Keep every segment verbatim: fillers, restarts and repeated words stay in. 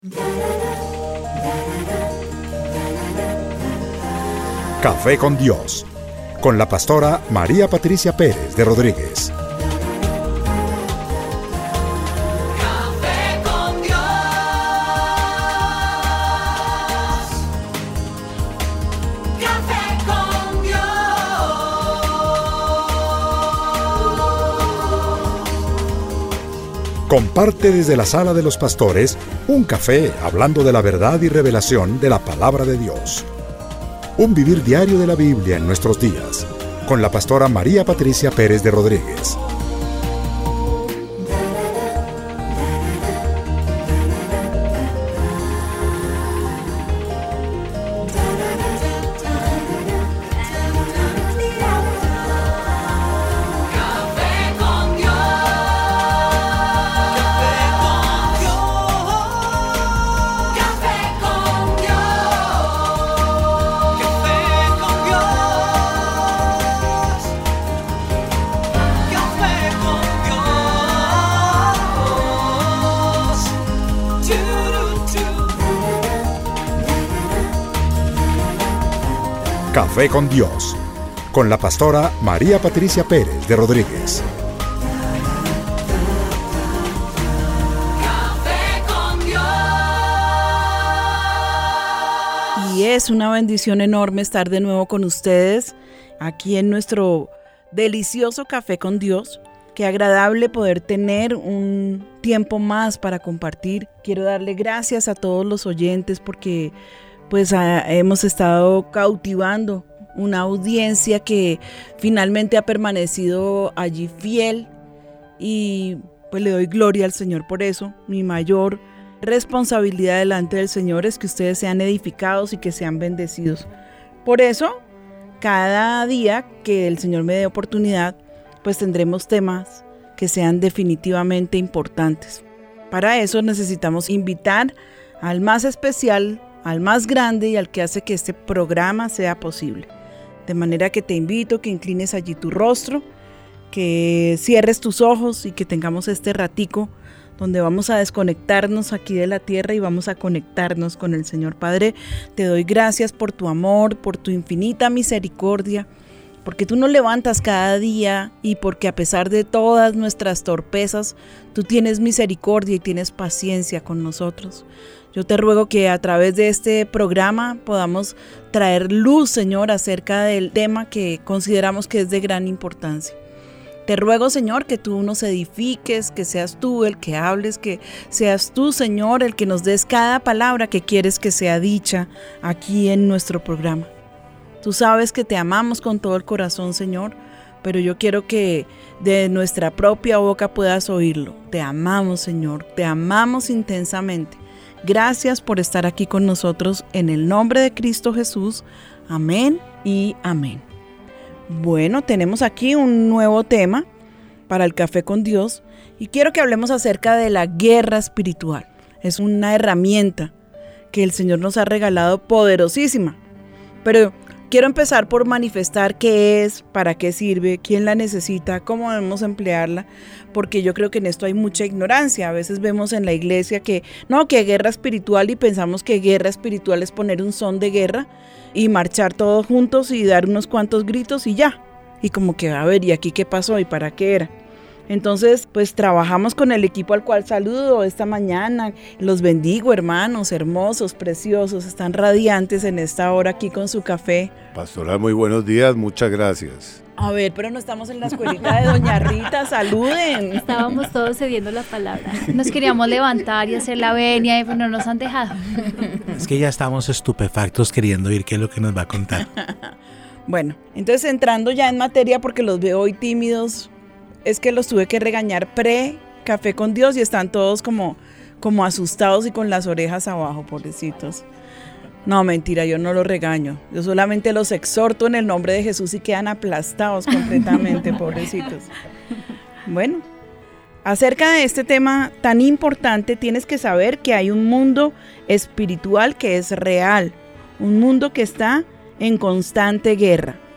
Café con Dios, con la pastora María Patricia Pérez de Rodríguez. Café con Dios. Café con Dios. Comparte desde la sala de los pastores un café hablando de la verdad y revelación de la palabra de Dios. Un vivir diario de la Biblia en nuestros días, con la pastora María Patricia Pérez de Rodríguez. Café con Dios, con la pastora María Patricia Pérez de Rodríguez. Café con Dios. Y es una bendición enorme estar de nuevo con ustedes aquí en nuestro delicioso Café con Dios. Qué agradable poder tener un tiempo más para compartir. Quiero darle gracias a todos los oyentes porque pues a, hemos estado cautivando una audiencia que finalmente ha permanecido allí fiel y pues le doy gloria al Señor por eso. Mi mayor responsabilidad delante del Señor es que ustedes sean edificados y que sean bendecidos. Por eso, cada día que el Señor me dé oportunidad, pues tendremos temas que sean definitivamente importantes. Para eso necesitamos invitar al más especial, al más grande y al que hace que este programa sea posible. De manera que te invito que inclines allí tu rostro, que cierres tus ojos y que tengamos este ratico donde vamos a desconectarnos aquí de la tierra y vamos a conectarnos con el Señor. Padre, te doy gracias por tu amor, por tu infinita misericordia, porque tú nos levantas cada día y porque a pesar de todas nuestras torpezas, tú tienes misericordia y tienes paciencia con nosotros. Yo te ruego que a través de este programa podamos traer luz, Señor, acerca del tema que consideramos que es de gran importancia. Te ruego, Señor, que tú nos edifiques, que seas tú el que hables, que seas tú, Señor, el que nos des cada palabra que quieres que sea dicha aquí en nuestro programa. Tú sabes que te amamos con todo el corazón, Señor, pero yo quiero que de nuestra propia boca puedas oírlo. Te amamos, Señor, te amamos intensamente. Gracias por estar aquí con nosotros en el nombre de Cristo Jesús. Amén y amén. Bueno, tenemos aquí un nuevo tema para el Café con Dios y quiero que hablemos acerca de la guerra espiritual. Es una herramienta que el Señor nos ha regalado poderosísima, pero quiero empezar por manifestar qué es, para qué sirve, quién la necesita, cómo debemos emplearla, porque yo creo que en esto hay mucha ignorancia. A veces vemos en la iglesia que no, que guerra espiritual y pensamos que guerra espiritual es poner un son de guerra y marchar todos juntos y dar unos cuantos gritos y ya. Y como que, a ver, ¿y aquí qué pasó y para qué era? Entonces, pues trabajamos con el equipo al cual saludo esta mañana. Los bendigo, hermanos, hermosos, preciosos, están radiantes en esta hora aquí con su café. Pastora, muy buenos días, muchas gracias. A ver, pero no estamos en la escuelita de Doña Rita, saluden. Estábamos todos cediendo la palabra. Nos queríamos levantar y hacer la venia, pero no nos han dejado. Es que ya estamos estupefactos queriendo oír qué es lo que nos va a contar. Bueno, entonces entrando ya en materia, porque los veo hoy tímidos, es que los tuve que regañar pre-Café con Dios y están todos como, como asustados y con las orejas abajo, pobrecitos. No, mentira, yo no los regaño. Yo solamente los exhorto en el nombre de Jesús y quedan aplastados completamente, pobrecitos. Bueno, acerca de este tema tan importante, tienes que saber que hay un mundo espiritual que es real, un mundo que está en constante guerra.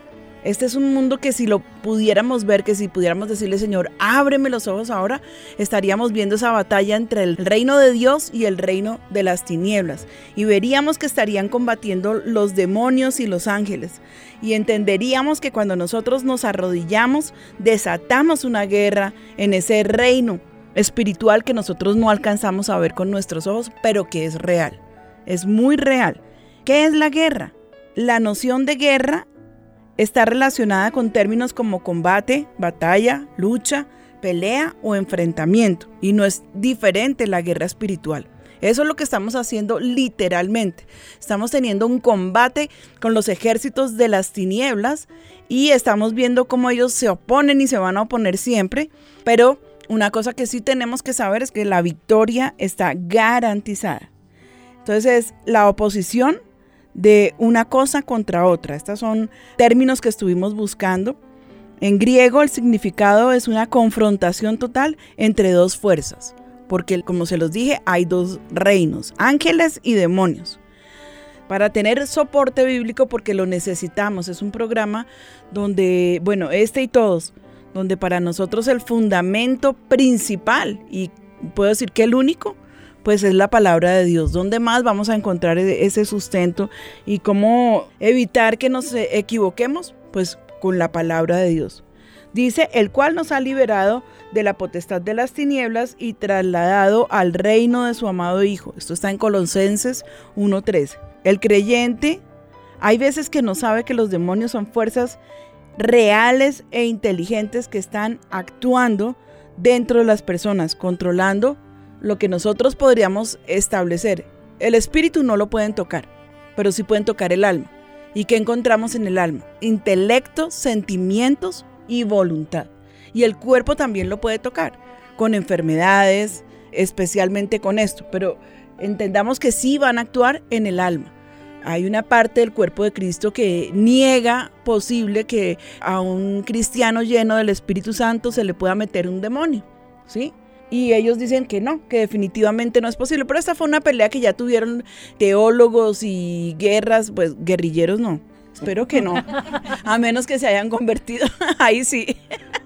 Este es un mundo que si lo pudiéramos ver, que si pudiéramos decirle, Señor, ábreme los ojos ahora, estaríamos viendo esa batalla entre el reino de Dios y el reino de las tinieblas. Y veríamos que estarían combatiendo los demonios y los ángeles. Y entenderíamos que cuando nosotros nos arrodillamos, desatamos una guerra en ese reino espiritual que nosotros no alcanzamos a ver con nuestros ojos, pero que es real, es muy real. ¿Qué es la guerra? La noción de guerra está relacionada con términos como combate, batalla, lucha, pelea o enfrentamiento, y no es diferente la guerra espiritual. Eso es lo que estamos haciendo literalmente. Estamos teniendo un combate con los ejércitos de las tinieblas y estamos viendo cómo ellos se oponen y se van a oponer siempre, pero una cosa que sí tenemos que saber es que la victoria está garantizada. Entonces, la oposición de una cosa contra otra. Estos son términos que estuvimos buscando. En griego el significado es una confrontación total entre dos fuerzas, porque como se los dije, hay dos reinos, ángeles y demonios. Para tener soporte bíblico, porque lo necesitamos, es un programa donde, bueno, este y todos, donde para nosotros el fundamento principal, y puedo decir que el único, pues es la palabra de Dios. ¿Dónde más vamos a encontrar ese sustento? ¿Y cómo evitar que nos equivoquemos? Pues con la palabra de Dios. Dice, el cual nos ha liberado de la potestad de las tinieblas y trasladado al reino de su amado Hijo. Esto está en Colosenses uno trece. El creyente, hay veces que no sabe que los demonios son fuerzas reales e inteligentes que están actuando dentro de las personas, controlando lo que nosotros podríamos establecer. El espíritu no lo pueden tocar, pero sí pueden tocar el alma. ¿Y qué encontramos en el alma? Intelecto, sentimientos y voluntad. Y el cuerpo también lo puede tocar, con enfermedades, especialmente con esto. Pero entendamos que sí van a actuar en el alma. Hay una parte del cuerpo de Cristo que niega posible que a un cristiano lleno del Espíritu Santo se le pueda meter un demonio, ¿sí? Y ellos dicen que no, que definitivamente no es posible. Pero esta fue una pelea que ya tuvieron teólogos y guerras, pues guerrilleros no. Espero que no, a menos que se hayan convertido, ahí sí.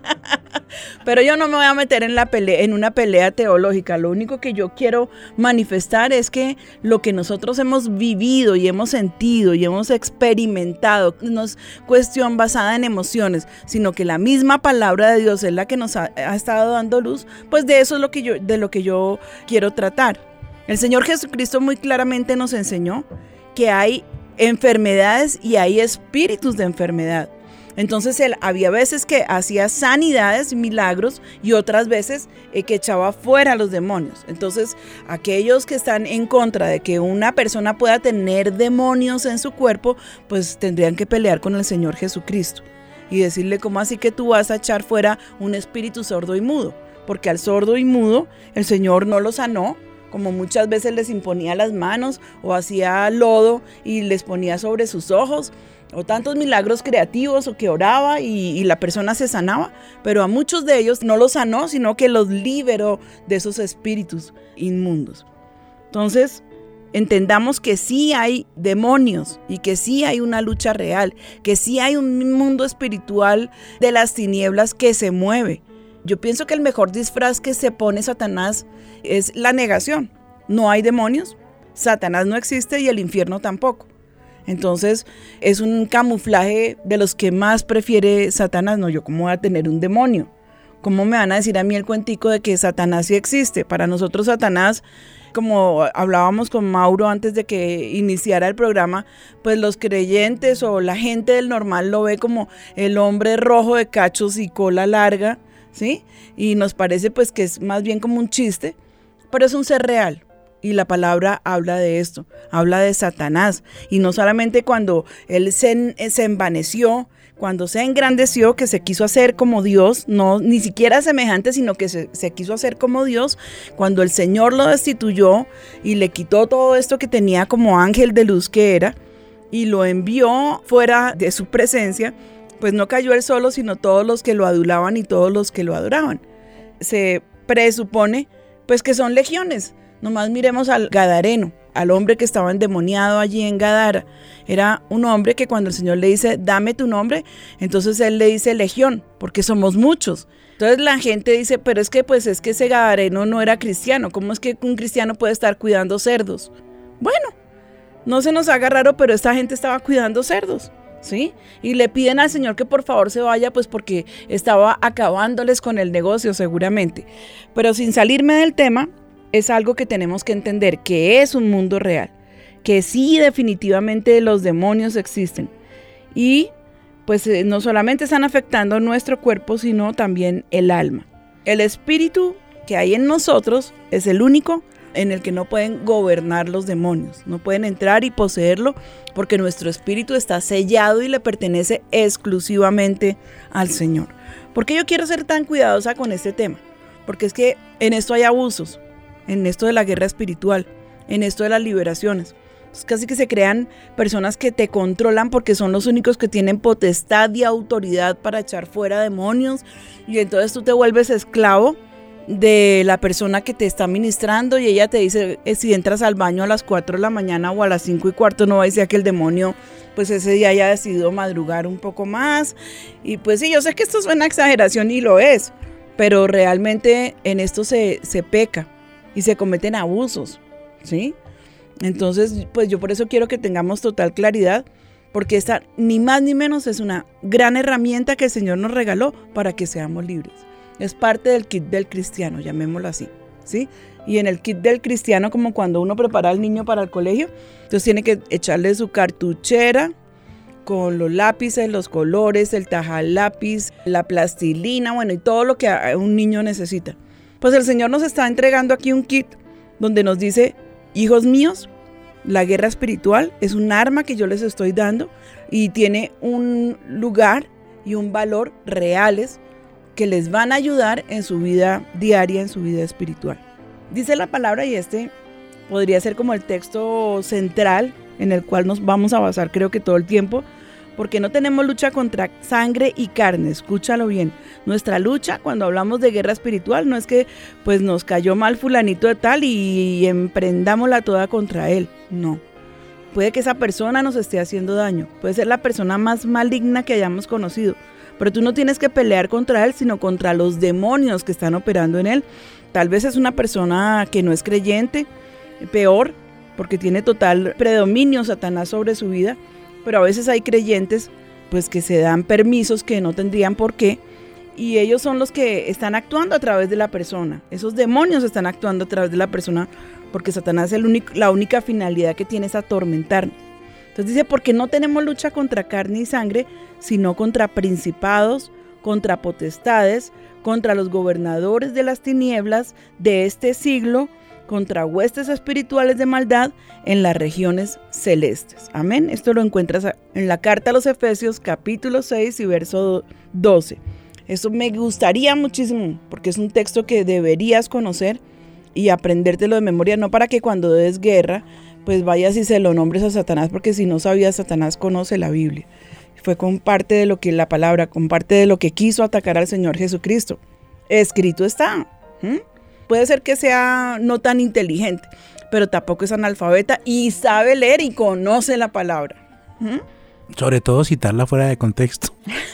Pero yo no me voy a meter en, la pelea, en una pelea teológica. Lo único que yo quiero manifestar es que lo que nosotros hemos vivido y hemos sentido y hemos experimentado no es cuestión basada en emociones, sino que la misma palabra de Dios es la que nos ha, ha estado dando luz. Pues de eso es lo que yo, de lo que yo quiero tratar. El Señor Jesucristo muy claramente nos enseñó que hay enfermedades y hay espíritus de enfermedad. Entonces él había veces que hacía sanidades, milagros, y otras veces eh, que echaba fuera a los demonios. Entonces aquellos que están en contra de que una persona pueda tener demonios en su cuerpo, pues tendrían que pelear con el Señor Jesucristo y decirle, ¿cómo así que tú vas a echar fuera un espíritu sordo y mudo? Porque al sordo y mudo el Señor no lo sanó, como muchas veces les imponía las manos o hacía lodo y les ponía sobre sus ojos, o tantos milagros creativos, o que oraba y, y la persona se sanaba, pero a muchos de ellos no los sanó, sino que los liberó de esos espíritus inmundos. Entonces, entendamos que sí hay demonios y que sí hay una lucha real, que sí hay un mundo espiritual de las tinieblas que se mueve. Yo pienso que el mejor disfraz que se pone Satanás es la negación. No hay demonios, Satanás no existe y el infierno tampoco. Entonces es un camuflaje de los que más prefiere Satanás. No, yo cómo voy a tener un demonio. ¿Cómo me van a decir a mí el cuentico de que Satanás sí existe? Para nosotros Satanás, como hablábamos con Mauro antes de que iniciara el programa, pues los creyentes o la gente del normal lo ve como el hombre rojo de cachos y cola larga, ¿sí? Y nos parece pues que es más bien como un chiste, pero es un ser real. Y la palabra habla de esto, habla de Satanás. Y no solamente cuando él se, se envaneció, cuando se engrandeció, que se quiso hacer como Dios, no ni siquiera semejante, sino que se, se quiso hacer como Dios, cuando el Señor lo destituyó y le quitó todo esto que tenía como ángel de luz que era, y lo envió fuera de su presencia, pues no cayó él solo, sino todos los que lo adulaban y todos los que lo adoraban. Se presupone pues que son legiones. Nomás miremos al Gadareno, al hombre que estaba endemoniado allí en Gadara. Era un hombre que cuando el Señor le dice, dame tu nombre, entonces él le dice legión, porque somos muchos. Entonces la gente dice, pero es que pues es que ese gadareno no era cristiano. ¿Cómo es que un cristiano puede estar cuidando cerdos? Bueno, no se nos haga raro, pero esta gente estaba cuidando cerdos, ¿sí? Y le piden al Señor que por favor se vaya, pues porque estaba acabándoles con el negocio seguramente. Pero sin salirme del tema, es algo que tenemos que entender, que es un mundo real, que sí definitivamente los demonios existen. Y pues eh, no solamente están afectando nuestro cuerpo, sino también el alma. El espíritu que hay en nosotros es el único en el que no pueden gobernar los demonios, no pueden entrar y poseerlo, porque nuestro espíritu está sellado y le pertenece exclusivamente al Señor. ¿Por qué yo quiero ser tan cuidadosa con este tema? Porque es que en esto hay abusos, en esto de la guerra espiritual, en esto de las liberaciones. Es casi que se crean personas que te controlan porque son los únicos que tienen potestad y autoridad para echar fuera demonios, y entonces tú te vuelves esclavo de la persona que te está ministrando, y ella te dice, eh, si entras al baño a las cuatro de la mañana o a las cinco y cuarto, no va a decir que el demonio pues ese día haya decidido madrugar un poco más. Y pues sí, yo sé que esto suena a exageración y lo es, pero realmente en esto se, se peca y se cometen abusos, ¿sí? Entonces, pues yo por eso quiero que tengamos total claridad, porque esta ni más ni menos es una gran herramienta que el Señor nos regaló para que seamos libres. Es parte del kit del cristiano, llamémoslo así, ¿sí? Y en el kit del cristiano, como cuando uno prepara al niño para el colegio, entonces tiene que echarle su cartuchera con los lápices, los colores, el tajalápiz, la plastilina, bueno, y todo lo que un niño necesita. Pues el Señor nos está entregando aquí un kit donde nos dice, hijos míos, la guerra espiritual es un arma que yo les estoy dando y tiene un lugar y un valor reales que les van a ayudar en su vida diaria, en su vida espiritual. Dice la palabra, y este podría ser como el texto central en el cual nos vamos a basar creo que todo el tiempo, porque no tenemos lucha contra sangre y carne, escúchalo bien. Nuestra lucha, cuando hablamos de guerra espiritual, no es que pues nos cayó mal fulanito de tal y emprendámosla toda contra él, no. Puede que esa persona nos esté haciendo daño, puede ser la persona más maligna que hayamos conocido, pero tú no tienes que pelear contra él, sino contra los demonios que están operando en él. Tal vez es una persona que no es creyente, peor, porque tiene total predominio Satanás sobre su vida, pero a veces hay creyentes pues que se dan permisos que no tendrían por qué, y ellos son los que están actuando a través de la persona. Esos demonios están actuando a través de la persona porque Satanás el único, la única finalidad que tiene es atormentarnos. Entonces dice, porque no tenemos lucha contra carne y sangre, sino contra principados, contra potestades, contra los gobernadores de las tinieblas de este siglo, contra huestes espirituales de maldad en las regiones celestes. Amén. Esto lo encuentras en la carta a los Efesios capítulo seis y verso doce. Esto me gustaría muchísimo porque es un texto que deberías conocer y aprendértelo de memoria, no para que cuando des guerra pues vayas y se lo nombres a Satanás, porque si no sabías, Satanás conoce la Biblia. Fue con parte de lo que la palabra, con parte de lo que quiso atacar al Señor Jesucristo. Escrito está. ¿Mm? Puede ser que sea no tan inteligente, pero tampoco es analfabeta y sabe leer y conoce la palabra. ¿Mm? Sobre todo citarla fuera de contexto.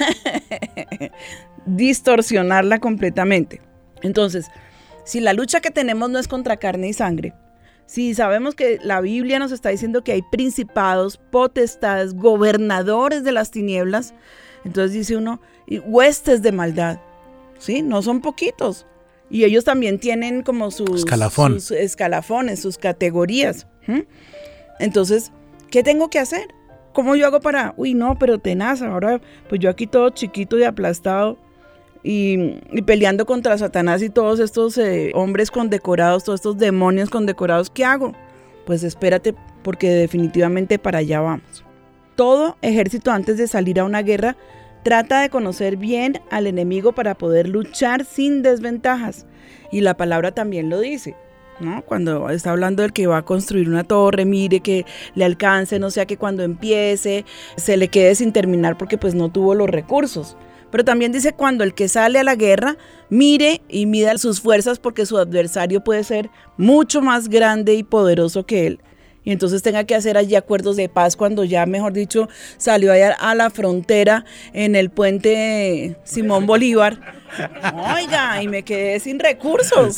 Distorsionarla completamente. Entonces, si la lucha que tenemos no es contra carne y sangre, si sabemos que la Biblia nos está diciendo que hay principados, potestades, gobernadores de las tinieblas, entonces dice uno, y huestes de maldad, ¿sí? No son poquitos. Y ellos también tienen como sus, Escalafón. sus escalafones, sus categorías. ¿Mm? Entonces, ¿qué tengo que hacer? ¿Cómo yo hago para, uy, no, pero tenaz, ahora pues yo aquí todo chiquito y aplastado y, y peleando contra Satanás y todos estos eh, hombres condecorados, todos estos demonios condecorados, ¿qué hago? Pues espérate, porque definitivamente para allá vamos. Todo ejército antes de salir a una guerra trata de conocer bien al enemigo para poder luchar sin desventajas. Y la palabra también lo dice, ¿no? Cuando está hablando del que va a construir una torre, mire que le alcance, no sea que cuando empiece se le quede sin terminar porque pues no tuvo los recursos. Pero también dice cuando el que sale a la guerra, mire y mida sus fuerzas porque su adversario puede ser mucho más grande y poderoso que él. y entonces tenga que hacer allí acuerdos de paz cuando ya, mejor dicho, salió allá a la frontera en el puente Simón Bolívar. Oiga, y me quedé sin recursos.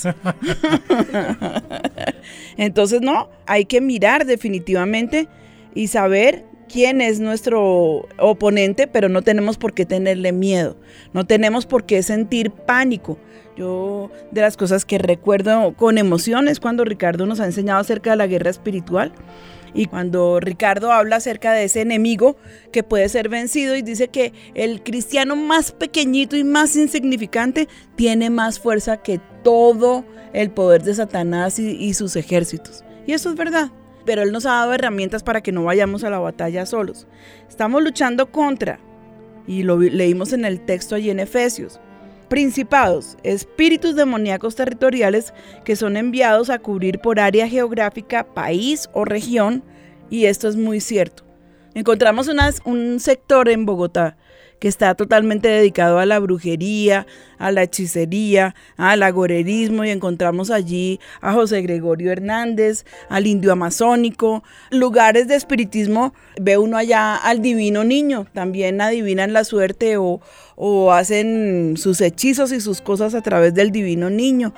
Entonces, no, hay que mirar definitivamente y saber quién es nuestro oponente, pero no tenemos por qué tenerle miedo, no tenemos por qué sentir pánico. Yo, de las cosas que recuerdo con emoción es cuando Ricardo nos ha enseñado acerca de la guerra espiritual, y cuando Ricardo habla acerca de ese enemigo que puede ser vencido y dice que el cristiano más pequeñito y más insignificante tiene más fuerza que todo el poder de Satanás y, y sus ejércitos. Y eso es verdad. Pero Él nos ha dado herramientas para que no vayamos a la batalla solos. Estamos luchando contra, y lo leímos en el texto allí en Efesios, principados, espíritus demoníacos territoriales que son enviados a cubrir por área geográfica, país o región, y esto es muy cierto. Encontramos una, un sector en Bogotá que está totalmente dedicado a la brujería, a la hechicería, al agorerismo, y encontramos allí a José Gregorio Hernández, al indio amazónico, lugares de espiritismo. Ve uno allá al divino niño, también adivinan la suerte o, o hacen sus hechizos y sus cosas a través del divino niño,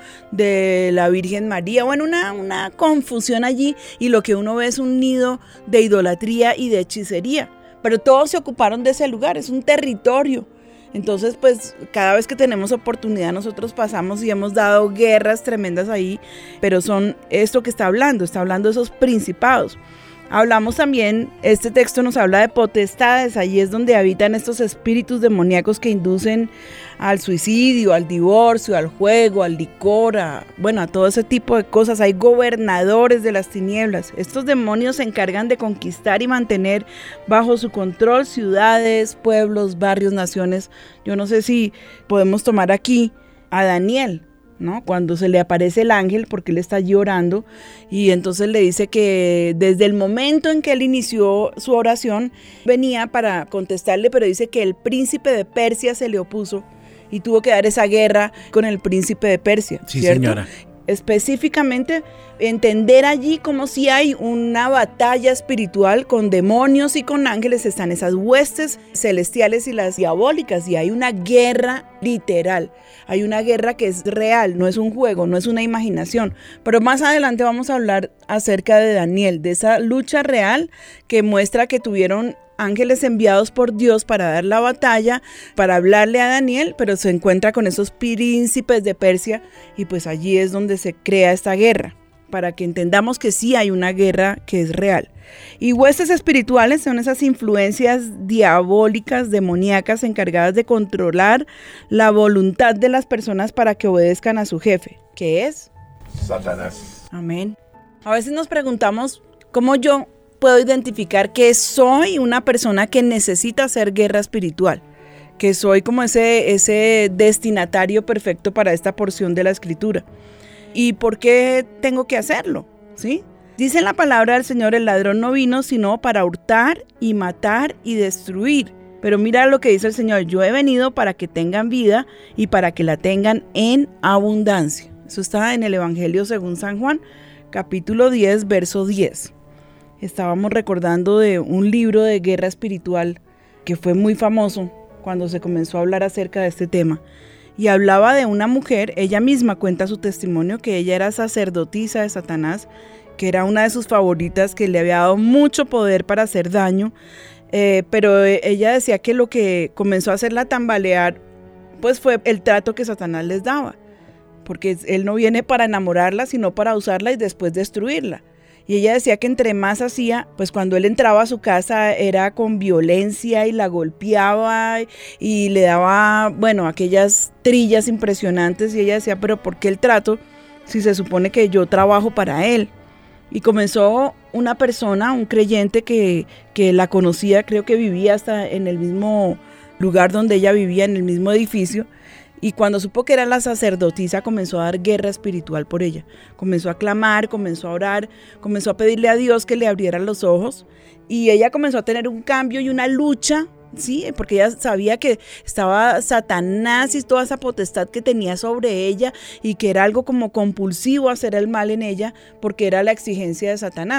de la Virgen María. Bueno, una, una confusión allí, y lo que uno ve es un nido de idolatría y de hechicería. Pero todos se ocuparon de ese lugar, es un territorio. Entonces, pues, cada vez que tenemos oportunidad, nosotros pasamos y hemos dado guerras tremendas ahí, pero son esto que está hablando, está hablando de esos principados. Hablamos también, este texto nos habla de potestades, ahí es donde habitan estos espíritus demoníacos que inducen al suicidio, al divorcio, al juego, al licor, a, bueno, a todo ese tipo de cosas. Hay gobernadores de las tinieblas. Estos demonios se encargan de conquistar y mantener bajo su control ciudades, pueblos, barrios, naciones. Yo no sé si podemos tomar aquí a Daniel, ¿no? Cuando se le aparece el ángel, porque él está allí orando, y entonces le dice que desde el momento en que él inició su oración, venía para contestarle, pero dice que el príncipe de Persia se le opuso y tuvo que dar esa guerra con el príncipe de Persia. Sí, ¿cierto? señora. Específicamente, entender allí como si hay una batalla espiritual con demonios y con ángeles, están esas huestes celestiales y las diabólicas, y hay una guerra literal, hay una guerra que es real, no es un juego, no es una imaginación. Pero más adelante vamos a hablar acerca de Daniel, de esa lucha real que muestra que tuvieron ángeles enviados por Dios para dar la batalla, para hablarle a Daniel, pero se encuentra con esos príncipes de Persia, y pues allí es donde se crea esta guerra, para que entendamos que sí hay una guerra que es real. Y huestes espirituales son esas influencias diabólicas, demoníacas, encargadas de controlar la voluntad de las personas para que obedezcan a su jefe, que es Satanás. Amén. A veces nos preguntamos cómo yo puedo identificar que soy una persona que necesita hacer guerra espiritual, que soy como ese, ese destinatario perfecto para esta porción de la Escritura. ¿Y por qué tengo que hacerlo? ¿Sí? Dice en la palabra del Señor: el ladrón no vino sino para hurtar y matar y destruir. Pero mira lo que dice el Señor: yo he venido para que tengan vida y para que la tengan en abundancia. Eso está en el Evangelio según San Juan, capítulo diez, verso diez. Estábamos recordando de un libro de guerra espiritual que fue muy famoso cuando se comenzó a hablar acerca de este tema. Y hablaba de una mujer, ella misma cuenta su testimonio, que ella era sacerdotisa de Satanás, que era una de sus favoritas, que le había dado mucho poder para hacer daño, eh, pero ella decía que lo que comenzó a hacerla tambalear pues fue el trato que Satanás les daba, porque él no viene para enamorarla, sino para usarla y después destruirla. Y ella decía que entre más hacía, pues cuando él entraba a su casa era con violencia y la golpeaba y le daba, bueno, aquellas trillas impresionantes. Y ella decía, pero ¿por qué el trato si se supone que yo trabajo para él? Y comenzó una persona, un creyente que, que la conocía, creo que vivía hasta en el mismo lugar donde ella vivía, en el mismo edificio. Y cuando supo que era la sacerdotisa, comenzó a dar guerra espiritual por ella. Comenzó a clamar, comenzó a orar, comenzó a pedirle a Dios que le abriera los ojos. Y ella comenzó a tener un cambio y una lucha, ¿sí? Porque ella sabía que estaba Satanás y toda esa potestad que tenía sobre ella, y que era algo como compulsivo hacer el mal en ella, porque era la exigencia de Satanás.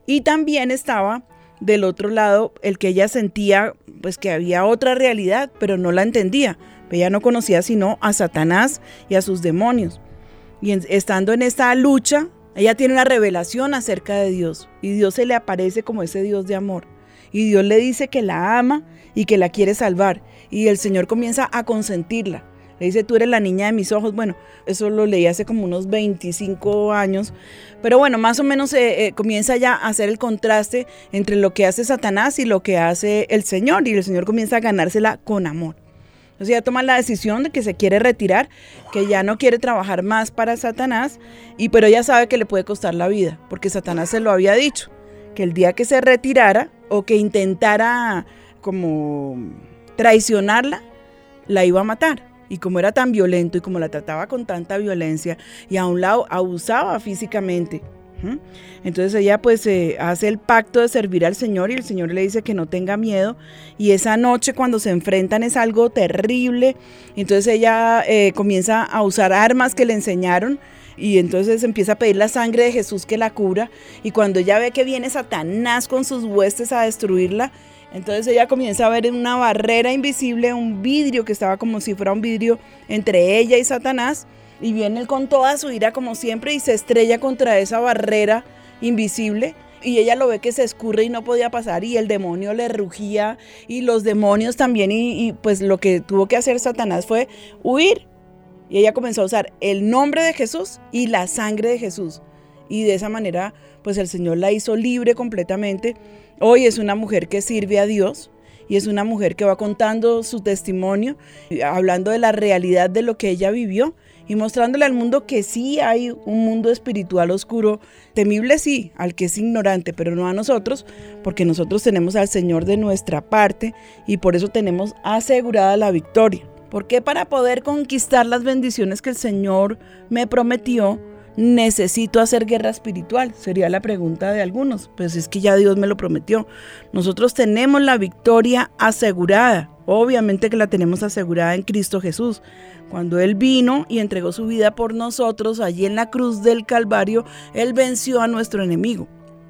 Y también estaba del otro lado el que ella sentía pues que había otra realidad, pero no la entendía. Ella no conocía sino a Satanás y a sus demonios. Y en, estando en esta lucha, ella tiene una revelación acerca de Dios. Y Dios se le aparece como ese Dios de amor. Y Dios le dice que la ama y que la quiere salvar. Y el Señor comienza a consentirla. Le dice, tú eres la niña de mis ojos. Bueno, eso lo leí hace como unos veinticinco años. Pero bueno, más o menos eh, eh, comienza ya a hacer el contraste entre lo que hace Satanás y lo que hace el Señor. Y el Señor comienza a ganársela con amor. Entonces ella toma la decisión de que se quiere retirar, que ya no quiere trabajar más para Satanás, y pero ella sabe que le puede costar la vida, porque Satanás se lo había dicho, que el día que se retirara o que intentara como traicionarla, la iba a matar. Y como era tan violento y como la trataba con tanta violencia y a un lado abusaba físicamente, ¿sí? Entonces ella pues eh, hace el pacto de servir al Señor y el Señor le dice que no tenga miedo, y esa noche cuando se enfrentan es algo terrible. Entonces ella eh, comienza a usar armas que le enseñaron y entonces empieza a pedir la sangre de Jesús que la cubra, y cuando ella ve que viene Satanás con sus huestes a destruirla, entonces ella comienza a ver una barrera invisible, un vidrio que estaba como si fuera un vidrio entre ella y Satanás, y viene él con toda su ira como siempre y se estrella contra esa barrera invisible, y ella lo ve que se escurre y no podía pasar, y el demonio le rugía y los demonios también, y, y pues lo que tuvo que hacer Satanás fue huir, y ella comenzó a usar el nombre de Jesús y la sangre de Jesús, y de esa manera pues el Señor la hizo libre completamente. Hoy es una mujer que sirve a Dios y es una mujer que va contando su testimonio, hablando de la realidad de lo que ella vivió y mostrándole al mundo que sí hay un mundo espiritual oscuro, temible sí, al que es ignorante, pero no a nosotros, porque nosotros tenemos al Señor de nuestra parte y por eso tenemos asegurada la victoria. Porque para poder conquistar las bendiciones que el Señor me prometió, necesito hacer guerra espiritual, sería la pregunta de algunos. Pues es que ya Dios me lo prometió. Nosotros tenemos la victoria asegurada, obviamente que la tenemos asegurada en Cristo Jesús. Cuando Él vino y entregó su vida por nosotros, allí en la cruz del Calvario, Él venció a nuestro enemigo.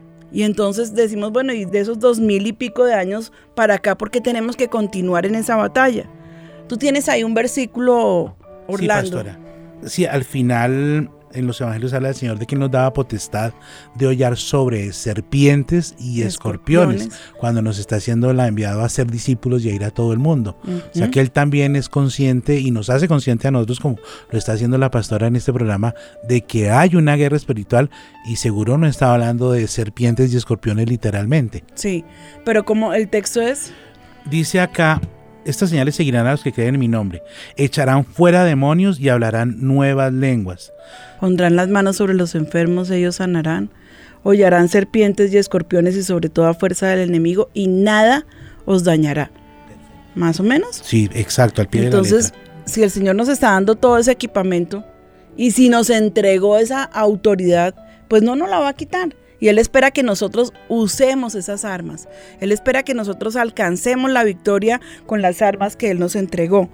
Y entonces decimos, bueno, y de esos dos mil y pico de años para acá, ¿por qué tenemos que continuar en esa batalla? Tú tienes ahí un versículo, Orlando. Sí, pastora. Sí, al final en los evangelios habla el Señor de que nos daba potestad de hollar sobre serpientes y escorpiones, escorpiones, cuando nos está haciendo la enviado a ser discípulos y a ir a todo el mundo. Uh-huh. O sea que Él también es consciente y nos hace consciente a nosotros, como lo está haciendo la pastora en este programa, de que hay una guerra espiritual, y seguro no está hablando de serpientes y escorpiones literalmente. Sí, pero como el texto es... Dice acá: estas señales seguirán a los que creen en mi nombre. Echarán fuera demonios y hablarán nuevas lenguas. Pondrán las manos sobre los enfermos, ellos sanarán. Hollarán serpientes y escorpiones y sobre toda fuerza del enemigo, y nada os dañará. ¿Más o menos? Sí, exacto, al pie Entonces, de la letra. Entonces, si el Señor nos está dando todo ese equipamiento y si nos entregó esa autoridad, pues no nos la va a quitar. Y Él espera que nosotros usemos esas armas. Él espera que nosotros alcancemos la victoria con las armas que Él nos entregó.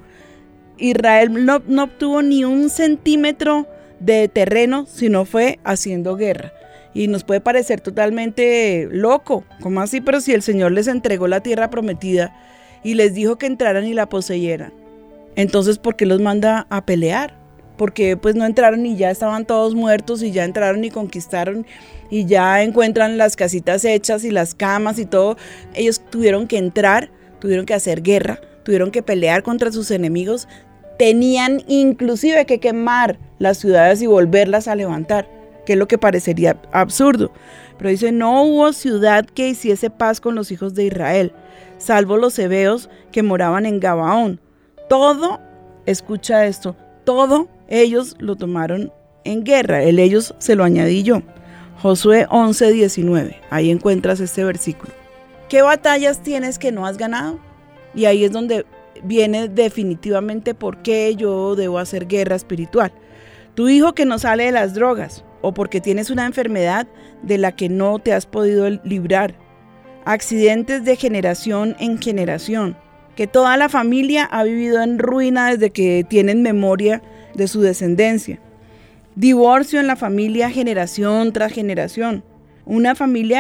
Israel no, no obtuvo ni un centímetro de terreno, sino fue haciendo guerra. Y nos puede parecer totalmente loco, ¿cómo así? Pero si el Señor les entregó la tierra prometida y les dijo que entraran y la poseyeran, entonces ¿por qué los manda a pelear? Porque pues no entraron y ya estaban todos muertos, y ya entraron y conquistaron y ya encuentran las casitas hechas y las camas y todo. Ellos tuvieron que entrar, tuvieron que hacer guerra, tuvieron que pelear contra sus enemigos, tenían inclusive que quemar las ciudades y volverlas a levantar, que es lo que parecería absurdo. Pero dice, no hubo ciudad que hiciese paz con los hijos de Israel, salvo los heveos que moraban en Gabaón. Todo, escucha esto, todo ellos lo tomaron en guerra. El ellos se lo añadí yo. Josué once diecinueve. Ahí encuentras este versículo. ¿Qué batallas tienes que no has ganado? Y ahí es donde viene definitivamente por qué yo debo hacer guerra espiritual. Tu hijo que no sale de las drogas, o porque tienes una enfermedad de la que no te has podido librar. Accidentes de generación en generación. Que toda la familia ha vivido en ruina desde que tienen memoria de su descendencia. Divorcio en la familia generación tras generación. Una familia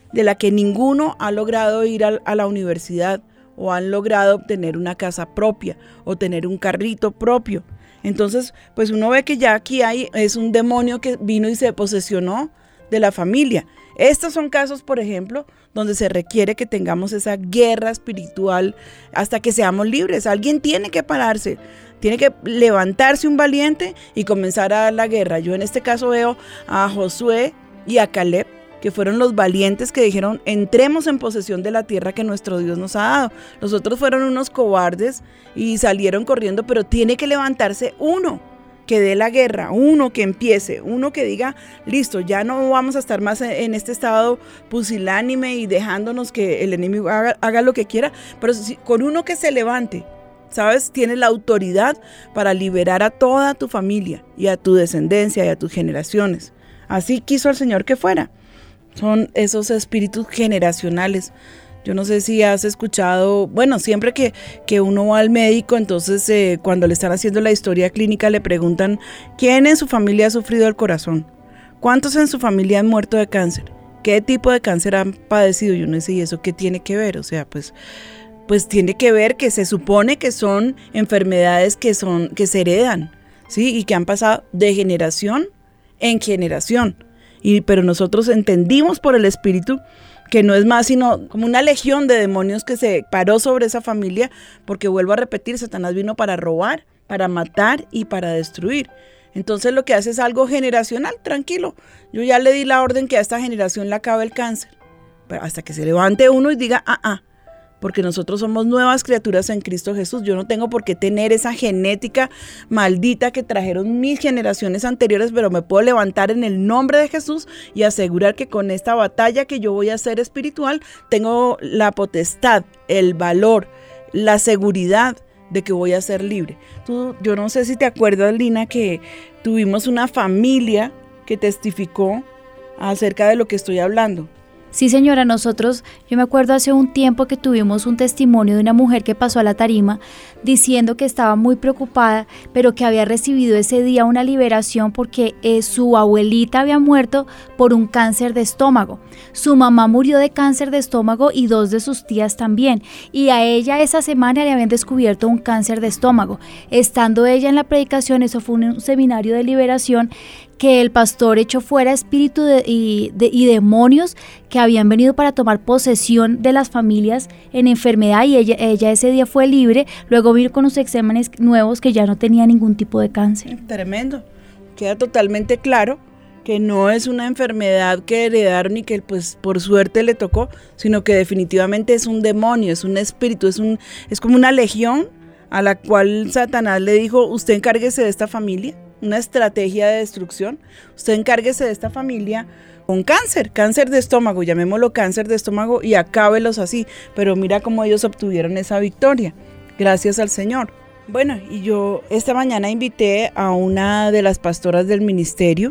de la que ninguno ha logrado ir a, a la universidad o han logrado obtener una casa propia o tener un carrito propio. Entonces, pues uno ve que ya aquí hay, es un demonio que vino y se posesionó de la familia. Estos son casos, por ejemplo, donde se requiere que tengamos esa guerra espiritual hasta que seamos libres. Alguien tiene que pararse, tiene que levantarse un valiente y comenzar a dar la guerra. Yo en este caso veo a Josué y a Caleb, que fueron los valientes que dijeron, entremos en posesión de la tierra que nuestro Dios nos ha dado. Los otros fueron unos cobardes y salieron corriendo, pero tiene que levantarse uno que dé la guerra, uno que empiece, uno que diga, listo, ya no vamos a estar más en este estado pusilánime y dejándonos que el enemigo haga, haga lo que quiera, pero si, con uno que se levante, ¿sabes? Tienes la autoridad para liberar a toda tu familia y a tu descendencia y a tus generaciones. Así quiso el Señor que fuera. Son esos espíritus generacionales. Yo no sé si has escuchado, bueno, siempre que, que uno va al médico, entonces eh, cuando le están haciendo la historia clínica le preguntan, ¿quién en su familia ha sufrido el corazón? ¿Cuántos en su familia han muerto de cáncer? ¿Qué tipo de cáncer han padecido? Y uno dice, ¿y eso qué tiene que ver? O sea, pues, pues tiene que ver que se supone que son enfermedades que, son, que se heredan, ¿sí? Y que han pasado de generación en generación. Y, pero nosotros entendimos por el Espíritu que no es más sino como una legión de demonios que se paró sobre esa familia, porque vuelvo a repetir, Satanás vino para robar, para matar y para destruir. Entonces lo que hace es algo generacional, tranquilo. Yo ya le di la orden que a esta generación le acabe el cáncer, pero hasta que se levante uno y diga, ah, ah, porque nosotros somos nuevas criaturas en Cristo Jesús. Yo no tengo por qué tener esa genética maldita que trajeron mis generaciones anteriores, pero me puedo levantar en el nombre de Jesús y asegurar que con esta batalla que yo voy a hacer espiritual, tengo la potestad, el valor, la seguridad de que voy a ser libre. Tú, yo no sé si te acuerdas, Lina, que tuvimos una familia que testificó acerca de lo que estoy hablando. Sí, señora, nosotros, yo me acuerdo hace un tiempo que tuvimos un testimonio de una mujer que pasó a la tarima diciendo que estaba muy preocupada, pero que había recibido ese día una liberación porque eh, su abuelita había muerto por un cáncer de estómago. Su mamá murió de cáncer de estómago y dos de sus tías también. Y a ella esa semana le habían descubierto un cáncer de estómago. Estando ella en la predicación, eso fue un seminario de liberación, que el pastor echó fuera espíritus de, y, de, y demonios que habían venido para tomar posesión de las familias en enfermedad, y ella, ella ese día fue libre. Luego vino con los exámenes nuevos que ya no tenía ningún tipo de cáncer. Tremendo. Queda totalmente claro que no es una enfermedad que heredaron y que pues por suerte le tocó, sino que definitivamente es un demonio, es un espíritu, es, un, es como una legión a la cual Satanás le dijo, usted encárguese de esta familia. Una estrategia de destrucción, usted encárguese de esta familia con cáncer, cáncer de estómago, llamémoslo cáncer de estómago y acábelos así, pero mira cómo ellos obtuvieron esa victoria, gracias al Señor. Bueno, y yo esta mañana invité a una de las pastoras del ministerio,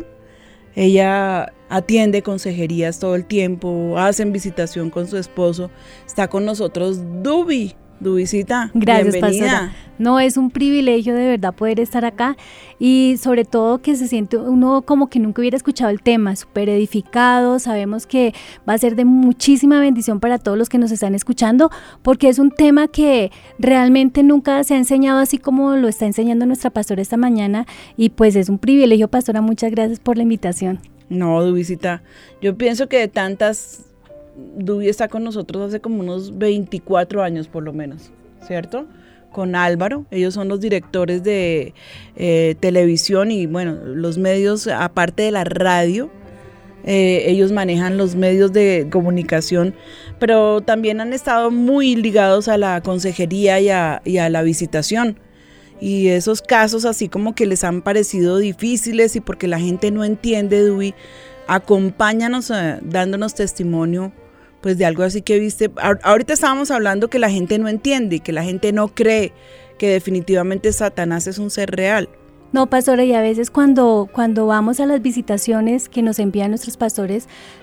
ella atiende consejerías todo el tiempo, hacen visitación con su esposo, está con nosotros Dubi. Dubicita, gracias, bienvenida. Pastora. No, es un privilegio de verdad poder estar acá, y sobre todo que se siente uno como que nunca hubiera escuchado el tema, súper edificado. Sabemos que va a ser de muchísima bendición para todos los que nos están escuchando, porque es un tema que realmente nunca se ha enseñado así como lo está enseñando nuestra pastora esta mañana, y pues es un privilegio, pastora. Muchas gracias por la invitación. No, Dubicita, yo pienso que de tantas... Dubi está con nosotros hace como unos veinticuatro años por lo menos, ¿cierto? Con Álvaro, ellos son los directores de eh, televisión y bueno, los medios, aparte de la radio, eh, ellos manejan los medios de comunicación, pero también han estado muy ligados a la consejería y a, y a la visitación. Y esos casos así como que les han parecido difíciles y porque la gente no entiende, Dubi, acompáñanos eh, dándonos testimonio pues de algo así que viste. Ahorita estábamos hablando que la gente no entiende, que la gente no cree que definitivamente Satanás es un ser real. No, pastora, y a veces cuando, cuando vamos a las visitaciones que nos envían nuestros pastores,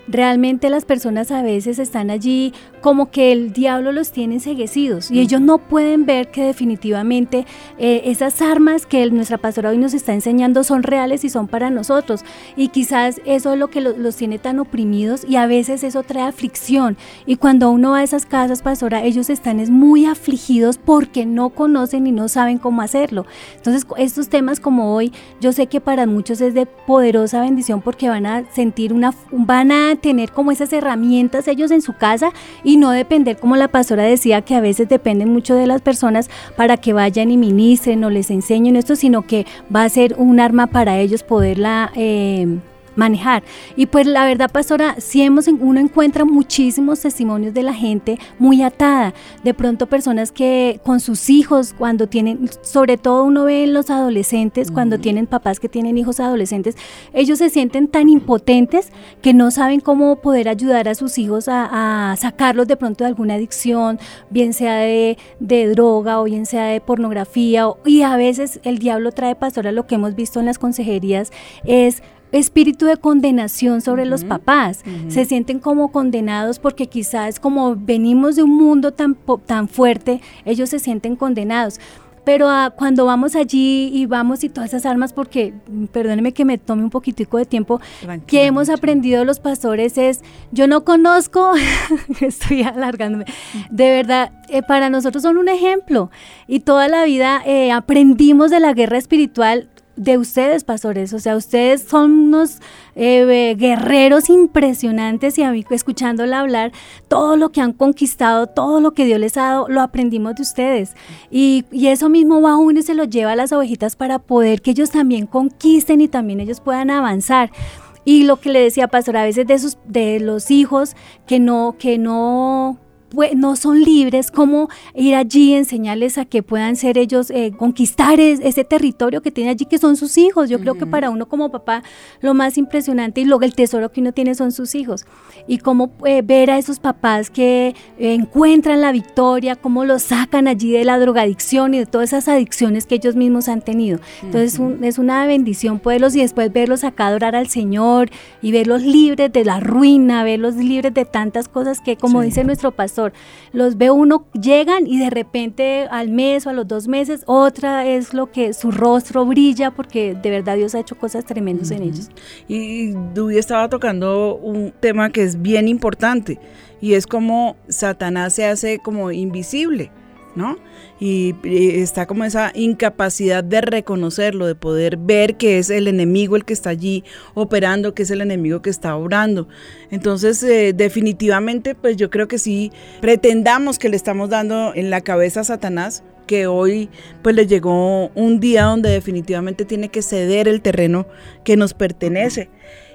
realmente las personas a veces están allí como que el diablo los tiene enceguecidos y ellos no pueden ver que definitivamente eh, esas armas que el, nuestra pastora hoy nos está enseñando son reales y son para nosotros, y quizás eso es lo que lo, los tiene tan oprimidos, y a veces eso trae aflicción, y cuando uno va a esas casas, pastora, ellos están es muy afligidos porque no conocen y no saben cómo hacerlo. Entonces estos temas como hoy, yo sé que para muchos es de poderosa bendición porque van a sentir una, van a tener como esas herramientas ellos en su casa y no depender, como la pastora decía, que a veces dependen mucho de las personas para que vayan y ministren o les enseñen esto, sino que va a ser un arma para ellos poderla eh, manejar. Y pues la verdad, pastora, sí hemos, uno encuentra muchísimos testimonios de la gente muy atada, de pronto personas que con sus hijos, cuando tienen, sobre todo uno ve en los adolescentes, uh-huh. cuando tienen papás que tienen hijos adolescentes, ellos se sienten tan impotentes que no saben cómo poder ayudar a sus hijos a, a sacarlos de pronto de alguna adicción, bien sea de, de droga o bien sea de pornografía, o, y a veces el diablo trae, pastora, lo que hemos visto en las consejerías es espíritu de condenación sobre uh-huh. los papás, uh-huh. se sienten como condenados porque quizás como venimos de un mundo tan, tan fuerte, ellos se sienten condenados. Pero uh, cuando vamos allí y vamos y todas esas armas, porque perdónenme que me tome un poquitico de tiempo, que hemos aprendido los pastores es, yo no conozco, estoy alargándome, de verdad, eh, para nosotros son un ejemplo, y toda la vida eh, aprendimos de la guerra espiritual de ustedes, pastores, o sea, ustedes son unos eh, guerreros impresionantes, y a mí, escuchándola hablar, todo lo que han conquistado, todo lo que Dios les ha dado, lo aprendimos de ustedes, y, y eso mismo va uno y se lo lleva a las ovejitas para poder que ellos también conquisten y también ellos puedan avanzar. Y lo que le decía, pastor, a veces de esos, de los hijos que no, que no no son libres, cómo ir allí, enseñarles a que puedan ser ellos, eh, conquistar es, ese territorio que tienen allí, que son sus hijos. Yo uh-huh. creo que para uno como papá lo más impresionante y luego el tesoro que uno tiene son sus hijos, y cómo eh, ver a esos papás que eh, encuentran la victoria, cómo los sacan allí de la drogadicción y de todas esas adicciones que ellos mismos han tenido. Entonces uh-huh. un, es una bendición poderlos, y después verlos acá adorar al Señor y verlos libres de la ruina, verlos libres de tantas cosas que, como sí. dice nuestro pastor, los ve uno, llegan y de repente al mes o a los dos meses, otra es lo que su rostro brilla, porque de verdad Dios ha hecho cosas tremendas uh-huh. en ellos. Y Dubi estaba tocando un tema que es bien importante, y es como Satanás se hace como invisible, ¿no? Y, y está como esa incapacidad de reconocerlo, de poder ver que es el enemigo el que está allí operando, que es el enemigo que está obrando. Entonces, eh, definitivamente, pues yo creo que sí pretendamos que le estamos dando en la cabeza a Satanás, que hoy pues le llegó un día donde definitivamente tiene que ceder el terreno que nos pertenece.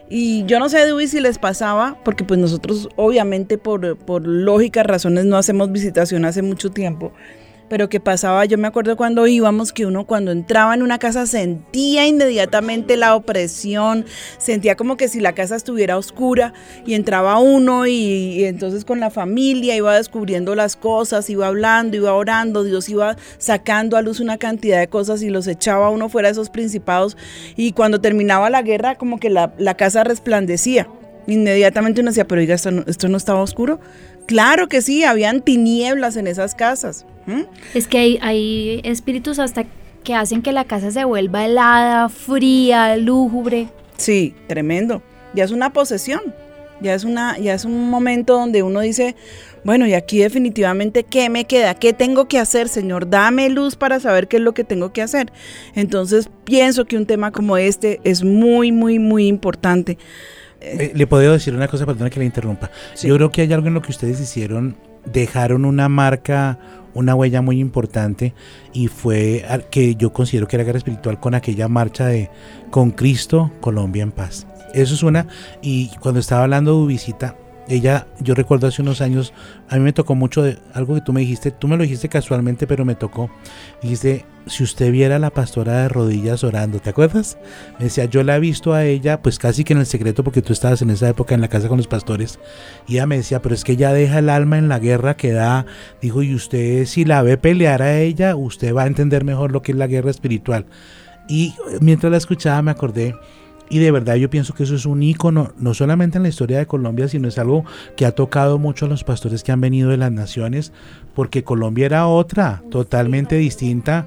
Y yo no sé, Dubi, si les pasaba, porque pues nosotros obviamente por, por lógicas razones no hacemos visitación hace mucho tiempo, pero que pasaba, yo me acuerdo cuando íbamos, que uno cuando entraba en una casa sentía inmediatamente la opresión, sentía como que si la casa estuviera oscura, y entraba uno y, y entonces con la familia iba descubriendo las cosas, iba hablando, iba orando, Dios iba sacando a luz una cantidad de cosas y los echaba uno fuera de esos principados, y cuando terminaba la guerra como que la, la casa resplandecía. Inmediatamente uno decía, pero oiga, ¿esto no, esto no estaba oscuro? Claro que sí, habían tinieblas en esas casas. ¿Mm? Es que hay, hay espíritus hasta que hacen que la casa se vuelva helada, fría, lúgubre. Sí, tremendo. Ya es una posesión, ya es, una, ya es un momento donde uno dice, bueno, y aquí definitivamente, ¿qué me queda? ¿Qué tengo que hacer, Señor? Dame luz para saber qué es lo que tengo que hacer. Entonces, pienso que un tema como este es muy, muy, muy importante. Eh, le puedo decir una cosa, perdona que le interrumpa. Sí. Yo creo que hay algo en lo que ustedes hicieron, dejaron una marca, una huella muy importante, y fue que yo considero que era guerra espiritual con aquella marcha de Con Cristo, Colombia en paz. Eso es una, y cuando estaba hablando de visita, ella, yo recuerdo hace unos años, a mí me tocó mucho de algo que tú me dijiste, tú me lo dijiste casualmente, pero me tocó. Dijiste, si usted viera a la pastora de rodillas orando, ¿te acuerdas? Me decía, yo la he visto a ella, pues casi que en el secreto, porque tú estabas en esa época en la casa con los pastores, y ella me decía, pero es que ella deja el alma en la guerra que da. Dijo, y usted si la ve pelear a ella, usted va a entender mejor lo que es la guerra espiritual. Y mientras la escuchaba me acordé Y de verdad yo pienso que eso es un ícono, no solamente en la historia de Colombia, sino es algo que ha tocado mucho a los pastores que han venido de las naciones, porque Colombia era otra, totalmente distinta,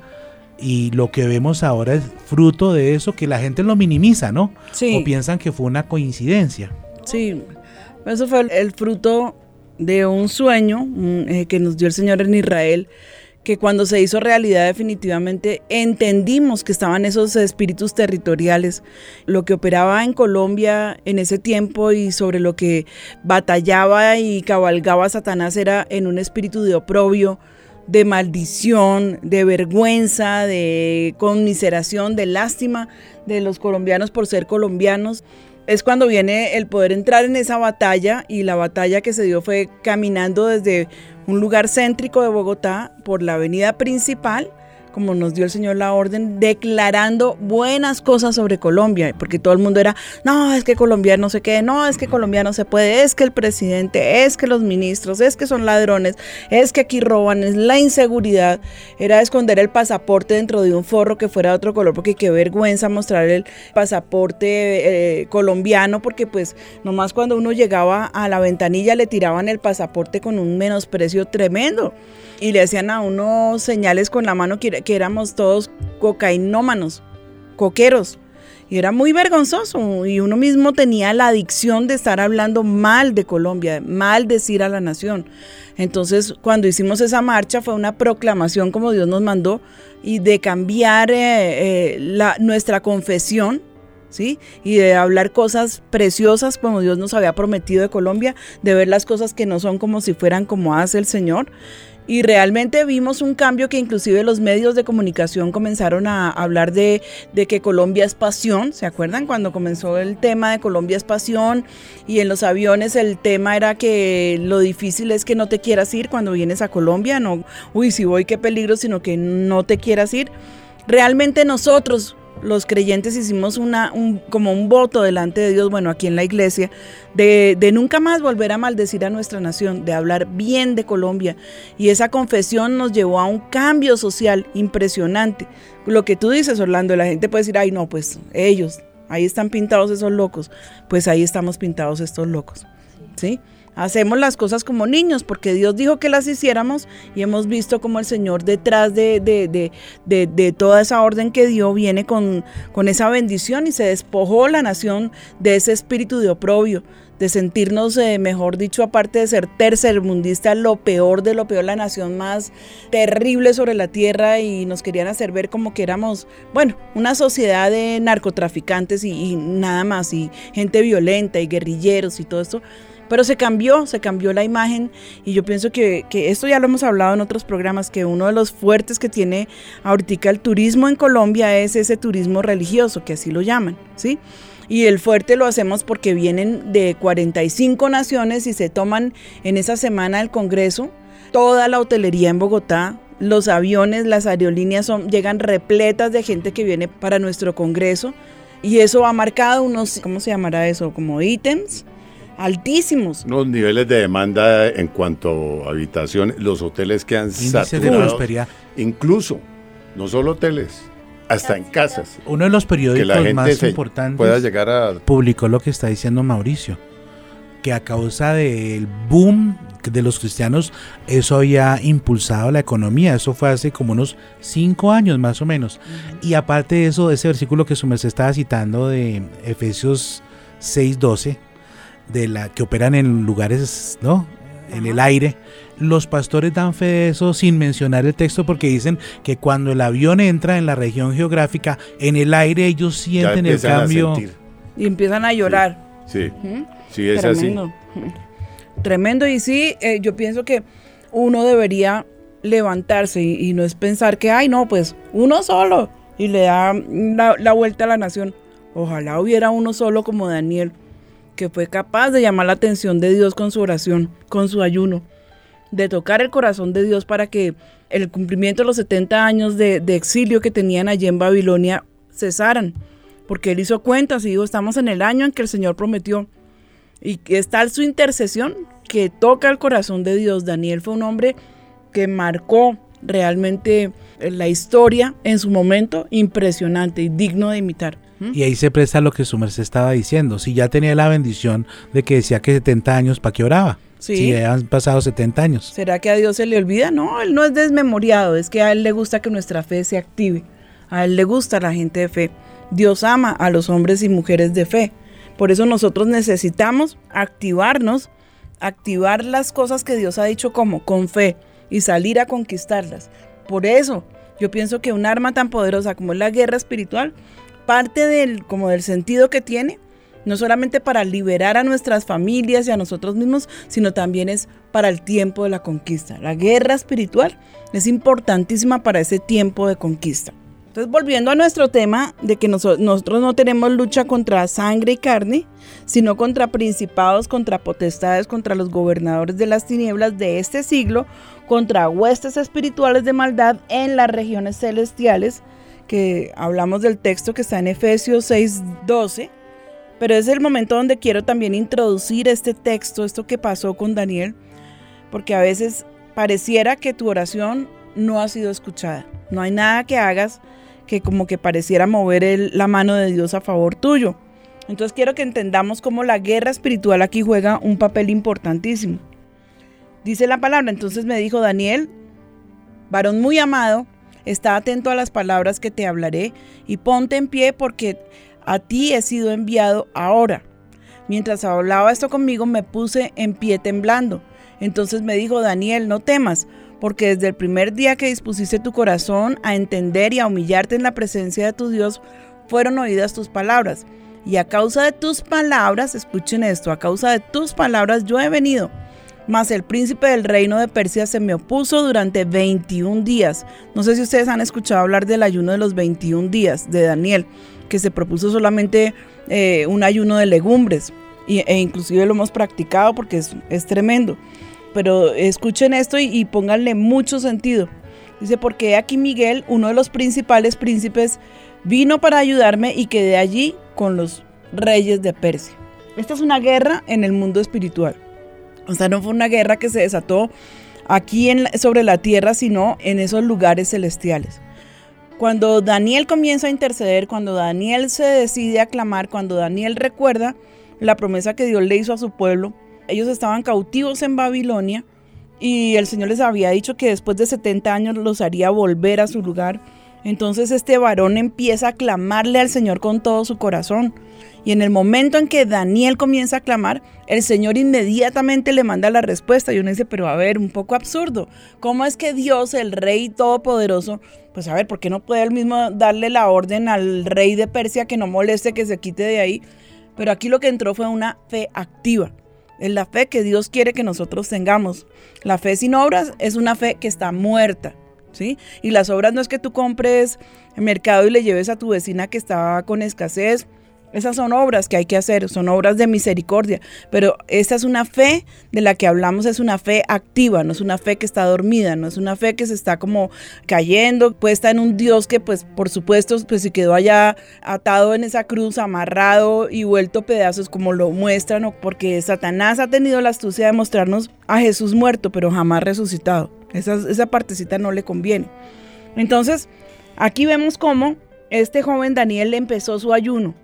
y lo que vemos ahora es fruto de eso, que la gente lo minimiza, ¿no? Sí. O piensan que fue una coincidencia. Sí, eso fue el, el fruto de un sueño un, eh, que nos dio el Señor en Israel, que cuando se hizo realidad definitivamente entendimos que estaban esos espíritus territoriales. Lo que operaba en Colombia en ese tiempo y sobre lo que batallaba y cabalgaba Satanás era en un espíritu de oprobio, de maldición, de vergüenza, de conmiseración, de lástima de los colombianos por ser colombianos. Es cuando viene el poder entrar en esa batalla, y la batalla que se dio fue caminando desde un lugar céntrico de Bogotá por la avenida principal, como nos dio el Señor la orden, declarando buenas cosas sobre Colombia, porque todo el mundo era, no, es que Colombia no sé qué, no, es que Colombia no se puede, es que el presidente, es que los ministros, es que son ladrones, es que aquí roban, es la inseguridad. Era esconder el pasaporte dentro de un forro que fuera de otro color, porque qué vergüenza mostrar el pasaporte eh, colombiano, porque pues nomás cuando uno llegaba a la ventanilla le tiraban el pasaporte con un menosprecio tremendo, y le hacían a uno señales con la mano que, que éramos todos cocainómanos, coqueros, y era muy vergonzoso, y uno mismo tenía la adicción de estar hablando mal de Colombia, mal decir a la nación. Entonces, cuando hicimos esa marcha fue una proclamación como Dios nos mandó, y de cambiar eh, eh, la, nuestra confesión, ¿sí? Y de hablar cosas preciosas como Dios nos había prometido de Colombia, de ver las cosas que no son como si fueran como hace el Señor. Y realmente vimos un cambio que inclusive los medios de comunicación comenzaron a hablar de, de que Colombia es pasión. ¿Se acuerdan cuando comenzó el tema de Colombia es pasión? Y en los aviones el tema era que lo difícil es que no te quieras ir cuando vienes a Colombia. No, uy, si voy, qué peligro, sino que no te quieras ir. Realmente nosotros, los creyentes, hicimos una, un, como un voto delante de Dios, bueno, aquí en la iglesia, de, de nunca más volver a maldecir a nuestra nación, de hablar bien de Colombia. Y esa confesión nos llevó a un cambio social impresionante. Lo que tú dices, Orlando, la gente puede decir, ay no, pues ellos, ahí están pintados esos locos. Pues ahí estamos pintados estos locos, ¿sí? Hacemos las cosas como niños porque Dios dijo que las hiciéramos, y hemos visto como el Señor detrás de, de, de, de, de toda esa orden que dio viene con, con esa bendición, y se despojó la nación de ese espíritu de oprobio, de sentirnos, eh, mejor dicho, aparte de ser tercermundista, lo peor de lo peor, la nación más terrible sobre la tierra, y nos querían hacer ver como que éramos, bueno, una sociedad de narcotraficantes y, y nada más, y gente violenta y guerrilleros y todo esto. Pero se cambió, se cambió la imagen, y yo pienso que, que esto ya lo hemos hablado en otros programas, que uno de los fuertes que tiene ahorita el turismo en Colombia es ese turismo religioso, que así lo llaman, ¿sí? Y el fuerte lo hacemos porque vienen de cuarenta y cinco naciones y se toman en esa semana del Congreso toda la hotelería en Bogotá. Los aviones, las aerolíneas son, llegan repletas de gente que viene para nuestro Congreso, y eso ha marcado unos, ¿cómo se llamará eso? Como ítems altísimos. Los niveles de demanda en cuanto a habitaciones, los hoteles quedan saturados, incluso, no solo hoteles, hasta en casas. Uno de los periódicos más importantes pueda llegar a... publicó lo que está diciendo Mauricio, que a causa del boom de los cristianos, eso había impulsado la economía. Eso fue hace como unos cinco años más o menos. Uh-huh. Y aparte de eso, ese versículo que su merced estaba citando de Efesios seis doce, de la que operan en lugares, ¿no?, en el aire, los pastores dan fe de eso sin mencionar el texto, porque dicen que cuando el avión entra en la región geográfica, en el aire ellos sienten el cambio y empiezan a llorar. Sí, sí, ¿Mm? sí es tremendo. Así. Tremendo. Y sí, eh, yo pienso que uno debería levantarse y, y no es pensar que, ay no, pues uno solo, y le da la, la vuelta a la nación. Ojalá hubiera uno solo como Daniel, que fue capaz de llamar la atención de Dios con su oración, con su ayuno, de tocar el corazón de Dios para que el cumplimiento de los setenta años de, de exilio que tenían allí en Babilonia cesaran, porque él hizo cuentas y dijo, estamos en el año en que el Señor prometió, y es tal su intercesión que toca el corazón de Dios. Daniel fue un hombre que marcó realmente la historia en su momento, impresionante y digno de imitar. Y ahí se presta lo que su merced estaba diciendo. Si ya tenía la bendición de que decía que setenta años, ¿para qué oraba? Sí. Si ya han pasado setenta años. ¿Será que a Dios se le olvida? No, Él no es desmemoriado, es que a Él le gusta que nuestra fe se active. A Él le gusta la gente de fe. Dios ama a los hombres y mujeres de fe. Por eso nosotros necesitamos activarnos, activar las cosas que Dios ha dicho como con fe y salir a conquistarlas. Por eso yo pienso que un arma tan poderosa como es la guerra espiritual, parte del, como del sentido que tiene, no solamente para liberar a nuestras familias y a nosotros mismos, sino también es para el tiempo de la conquista. La guerra espiritual es importantísima para ese tiempo de conquista. Entonces, volviendo a nuestro tema de que nos, nosotros no tenemos lucha contra sangre y carne, sino contra principados, contra potestades, contra los gobernadores de las tinieblas de este siglo, contra huestes espirituales de maldad en las regiones celestiales, que hablamos del texto que está en Efesios seis doce, pero es el momento donde quiero también introducir este texto, esto que pasó con Daniel, porque a veces pareciera que tu oración no ha sido escuchada. No hay nada que hagas que como que pareciera mover el, la mano de Dios a favor tuyo. Entonces quiero que entendamos cómo la guerra espiritual aquí juega un papel importantísimo. Dice la palabra, entonces me dijo Daniel, varón muy amado, está atento a las palabras que te hablaré y ponte en pie porque a ti he sido enviado ahora. Mientras hablaba esto conmigo me puse en pie temblando. Entonces me dijo Daniel, no temas, porque desde el primer día que dispusiste tu corazón a entender y a humillarte en la presencia de tu Dios, fueron oídas tus palabras. Y a causa de tus palabras, escuchen esto, a causa de tus palabras yo he venido. Mas el príncipe del reino de Persia se me opuso durante veintiún días. No sé si ustedes han escuchado hablar del ayuno de los veintiún días de Daniel, que se propuso solamente eh, un ayuno de legumbres. Y, e inclusive lo hemos practicado porque es, es tremendo. Pero escuchen esto y, y pónganle mucho sentido. Dice, porque aquí Miguel, uno de los principales príncipes, vino para ayudarme y quedé allí con los reyes de Persia. Esta es una guerra en el mundo espiritual. O sea, no fue una guerra que se desató aquí en, sobre la tierra, sino en esos lugares celestiales. Cuando Daniel comienza a interceder, cuando Daniel se decide a clamar, cuando Daniel recuerda la promesa que Dios le hizo a su pueblo, ellos estaban cautivos en Babilonia y el Señor les había dicho que después de setenta años los haría volver a su lugar. Entonces este varón empieza a clamarle al Señor con todo su corazón. Y en el momento en que Daniel comienza a clamar, el Señor inmediatamente le manda la respuesta. Y uno dice, pero a ver, un poco absurdo. ¿Cómo es que Dios, el Rey Todopoderoso, pues a ver, ¿por qué no puede él mismo darle la orden al rey de Persia que no moleste, que se quite de ahí? Pero aquí lo que entró fue una fe activa. Es la fe que Dios quiere que nosotros tengamos. La fe sin obras es una fe que está muerta, ¿sí? Y las obras no es que tú compres en mercado y le lleves a tu vecina que está con escasez. Esas son obras que hay que hacer, son obras de misericordia, pero esta es una fe de la que hablamos, es una fe activa, no es una fe que está dormida, no es una fe que se está como cayendo, puesta en un Dios que pues por supuesto pues se quedó allá atado en esa cruz, amarrado y vuelto pedazos como lo muestran, ¿no? Porque Satanás ha tenido la astucia de mostrarnos a Jesús muerto, pero jamás resucitado. Esa, esa partecita no le conviene. Entonces, aquí vemos cómo este joven Daniel empezó su ayuno.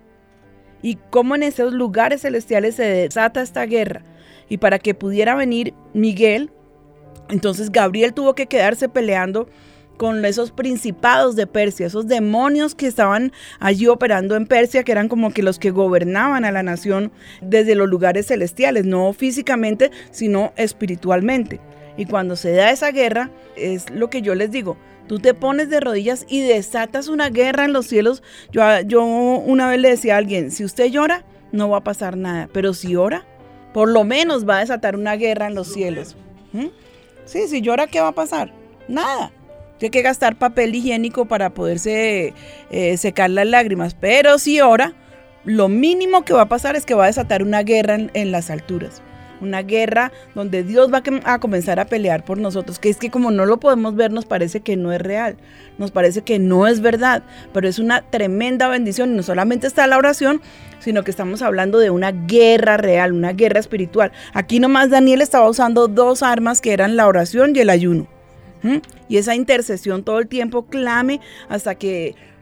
Y cómo en esos lugares celestiales se desata esta guerra. Y para que pudiera venir Miguel, entonces Gabriel tuvo que quedarse peleando con esos principados de Persia, esos demonios que estaban allí operando en Persia, que eran como que los que gobernaban a la nación desde los lugares celestiales, no físicamente, sino espiritualmente. Y cuando se da esa guerra, es lo que yo les digo, tú te pones de rodillas y desatas una guerra en los cielos. Yo, yo una vez le decía a alguien, si usted llora, no va a pasar nada. Pero si ora, por lo menos va a desatar una guerra en los cielos. ¿Mm? Sí, si llora, ¿qué va a pasar? Nada. Tiene que gastar papel higiénico para poderse eh, secar las lágrimas. Pero si ora, lo mínimo que va a pasar es que va a desatar una guerra en, en las alturas. Una guerra donde Dios va a comenzar a pelear por nosotros, que es que como no lo podemos ver nos parece que no es real, nos parece que no es verdad, pero es una tremenda bendición y no solamente está la oración, sino que estamos hablando de una guerra real, una guerra espiritual. Aquí nomás Daniel estaba usando dos armas que eran la oración y el ayuno. ¿Mm? Y esa intercesión todo el tiempo, clame hasta que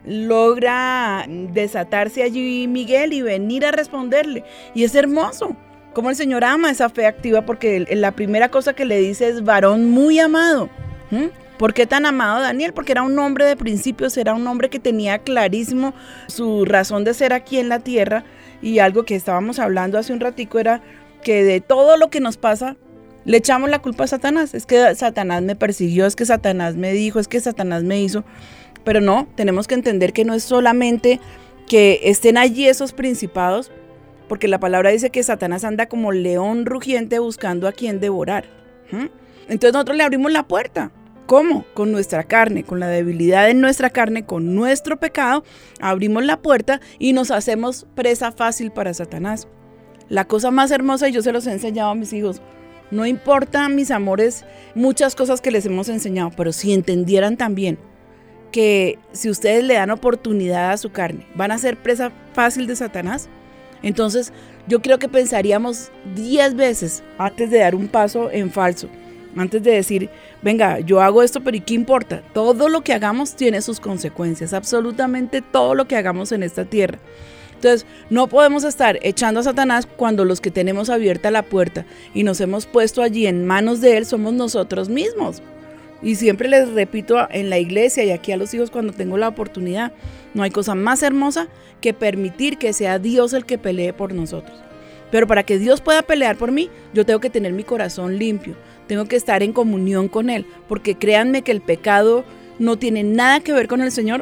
logra desatarse allí Miguel y venir a responderle. Y es hermoso cómo el Señor ama esa fe activa, porque la primera cosa que le dice es varón muy amado. ¿Mm? ¿Por qué tan amado Daniel? Porque era un hombre de principios, era un hombre que tenía clarísimo su razón de ser aquí en la tierra, y algo que estábamos hablando hace un ratico era que de todo lo que nos pasa le echamos la culpa a Satanás. Es que Satanás me persiguió, es que Satanás me dijo, es que Satanás me hizo. Pero no, tenemos que entender que no es solamente que estén allí esos principados, porque la palabra dice que Satanás anda como león rugiente buscando a quien devorar. ¿Mm? Entonces nosotros le abrimos la puerta. ¿Cómo? Con nuestra carne, con la debilidad en nuestra carne, con nuestro pecado, abrimos la puerta y nos hacemos presa fácil para Satanás. La cosa más hermosa, y yo se los he enseñado a mis hijos, no importa, mis amores, muchas cosas que les hemos enseñado, pero si entendieran también que si ustedes le dan oportunidad a su carne, van a ser presa fácil de Satanás, entonces yo creo que pensaríamos diez veces antes de dar un paso en falso. Antes de decir, venga, yo hago esto, pero ¿y qué importa? Todo lo que hagamos tiene sus consecuencias, absolutamente todo lo que hagamos en esta tierra. Entonces, no podemos estar echando a Satanás cuando los que tenemos abierta la puerta y nos hemos puesto allí en manos de él somos nosotros mismos. Y siempre les repito en la iglesia y aquí a los hijos cuando tengo la oportunidad, no hay cosa más hermosa que permitir que sea Dios el que pelee por nosotros. Pero para que Dios pueda pelear por mí, yo tengo que tener mi corazón limpio. Tengo que estar en comunión con Él, porque créanme que el pecado no tiene nada que ver con el Señor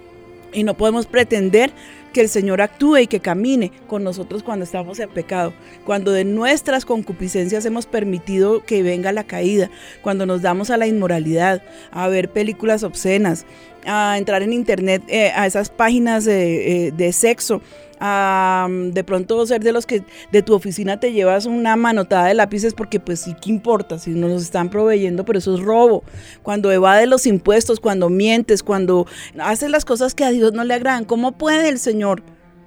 y no podemos pretender que el Señor actúe y que camine con nosotros cuando estamos en pecado, cuando de nuestras concupiscencias hemos permitido que venga la caída, cuando nos damos a la inmoralidad, a ver películas obscenas, a entrar en internet, eh, a esas páginas de, eh, de sexo, a de pronto ser de los que de tu oficina te llevas una manotada de lápices porque pues sí, ¿qué importa? Si no nos están proveyendo, pero eso es robo. Cuando evades los impuestos, cuando mientes, cuando haces las cosas que a Dios no le agradan, ¿cómo puede el Señor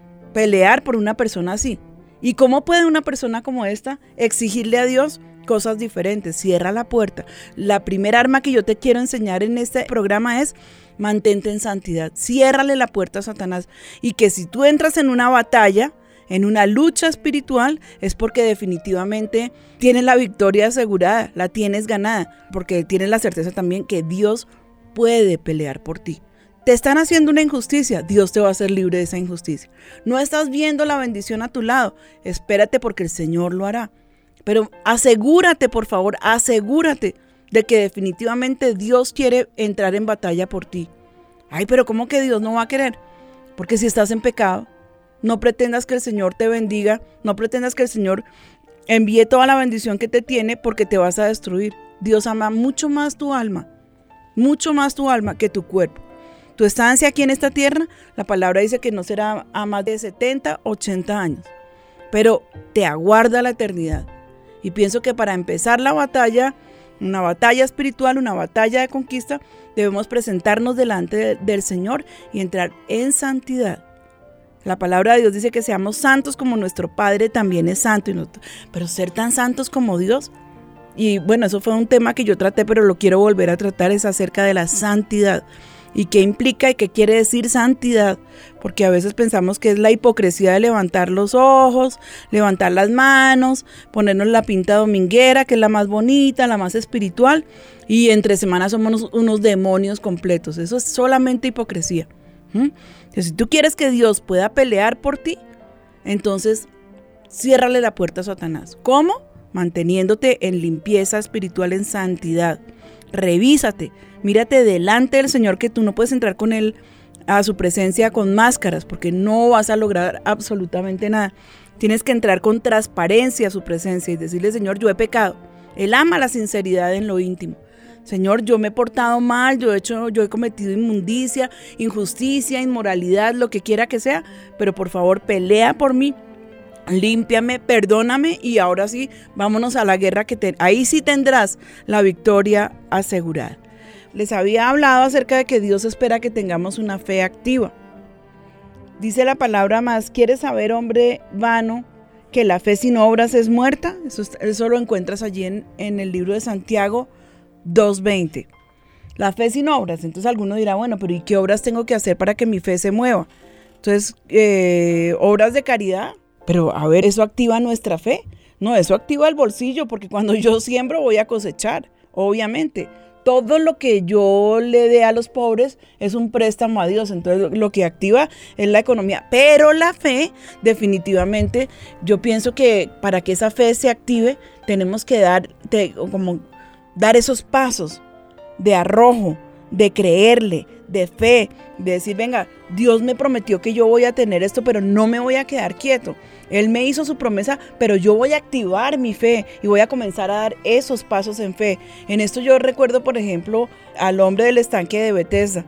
pelear por una persona así? ¿Y cómo puede una persona como esta exigirle a Dios cosas diferentes? Cierra la puerta. La primera arma que yo te quiero enseñar en este programa es: mantente en santidad, ciérrale la puerta a Satanás, y que si tú entras en una batalla, en una lucha espiritual, es porque definitivamente tienes la victoria asegurada, la tienes ganada, porque tienes la certeza también que Dios puede pelear por ti. Te están haciendo una injusticia, Dios te va a hacer libre de esa injusticia. No estás viendo la bendición a tu lado, espérate porque el Señor lo hará. Pero asegúrate, por favor, asegúrate de que definitivamente Dios quiere entrar en batalla por ti. Ay, pero ¿cómo que Dios no va a querer? Porque si estás en pecado, no pretendas que el Señor te bendiga, no pretendas que el Señor envíe toda la bendición que te tiene, porque te vas a destruir. Dios ama mucho más tu alma, mucho más tu alma que tu cuerpo. Tu estancia aquí en esta tierra, la palabra dice que no será a más de setenta, ochenta años, pero te aguarda la eternidad. Y pienso que para empezar la batalla, una batalla espiritual, una batalla de conquista, debemos presentarnos delante de, del Señor y entrar en santidad. La palabra de Dios dice que seamos santos como nuestro Padre también es santo. Y nosotros, pero ser tan santos como Dios. Y bueno, eso fue un tema que yo traté, pero lo quiero volver a tratar, es acerca de la santidad. ¿Y qué implica y qué quiere decir santidad? Porque a veces pensamos que es la hipocresía de levantar los ojos, levantar las manos, ponernos la pinta dominguera, que es la más bonita, la más espiritual, y entre semanas somos unos, unos demonios completos. Eso es solamente hipocresía. ¿Mm? Entonces, si tú quieres que Dios pueda pelear por ti, entonces ciérrale la puerta a Satanás. ¿Cómo? Manteniéndote en limpieza espiritual, en santidad. Revísate, mírate delante del Señor, que tú no puedes entrar con Él a su presencia con máscaras, porque no vas a lograr absolutamente nada. Tienes que entrar con transparencia a su presencia y decirle: Señor, yo he pecado. Él ama la sinceridad en lo íntimo. Señor, yo me he portado mal, yo he hecho, yo he cometido inmundicia, injusticia, inmoralidad, lo que quiera que sea, pero por favor pelea por mí. Límpiame, perdóname, y ahora sí, vámonos a la guerra, que te, ahí sí tendrás la victoria asegurada. Les había hablado acerca de que Dios espera que tengamos una fe activa. Dice la palabra más: ¿quieres saber, hombre vano, que la fe sin obras es muerta? Eso, eso lo encuentras allí en, en el libro de Santiago dos veinte. La fe sin obras. Entonces alguno dirá, bueno, pero ¿y qué obras tengo que hacer para que mi fe se mueva? Entonces, eh, obras de caridad. Pero a ver, ¿eso activa nuestra fe? No, eso activa el bolsillo, porque cuando yo siembro voy a cosechar, obviamente. Todo lo que yo le dé a los pobres es un préstamo a Dios, entonces lo que activa es la economía. Pero la fe, definitivamente, yo pienso que para que esa fe se active, tenemos que dar, te, como, dar esos pasos de arrojo, de creerle, de fe, de decir, venga, Dios me prometió que yo voy a tener esto, pero no me voy a quedar quieto. Él me hizo su promesa, pero yo voy a activar mi fe y voy a comenzar a dar esos pasos en fe. En esto yo recuerdo, por ejemplo, al hombre del estanque de Betesda,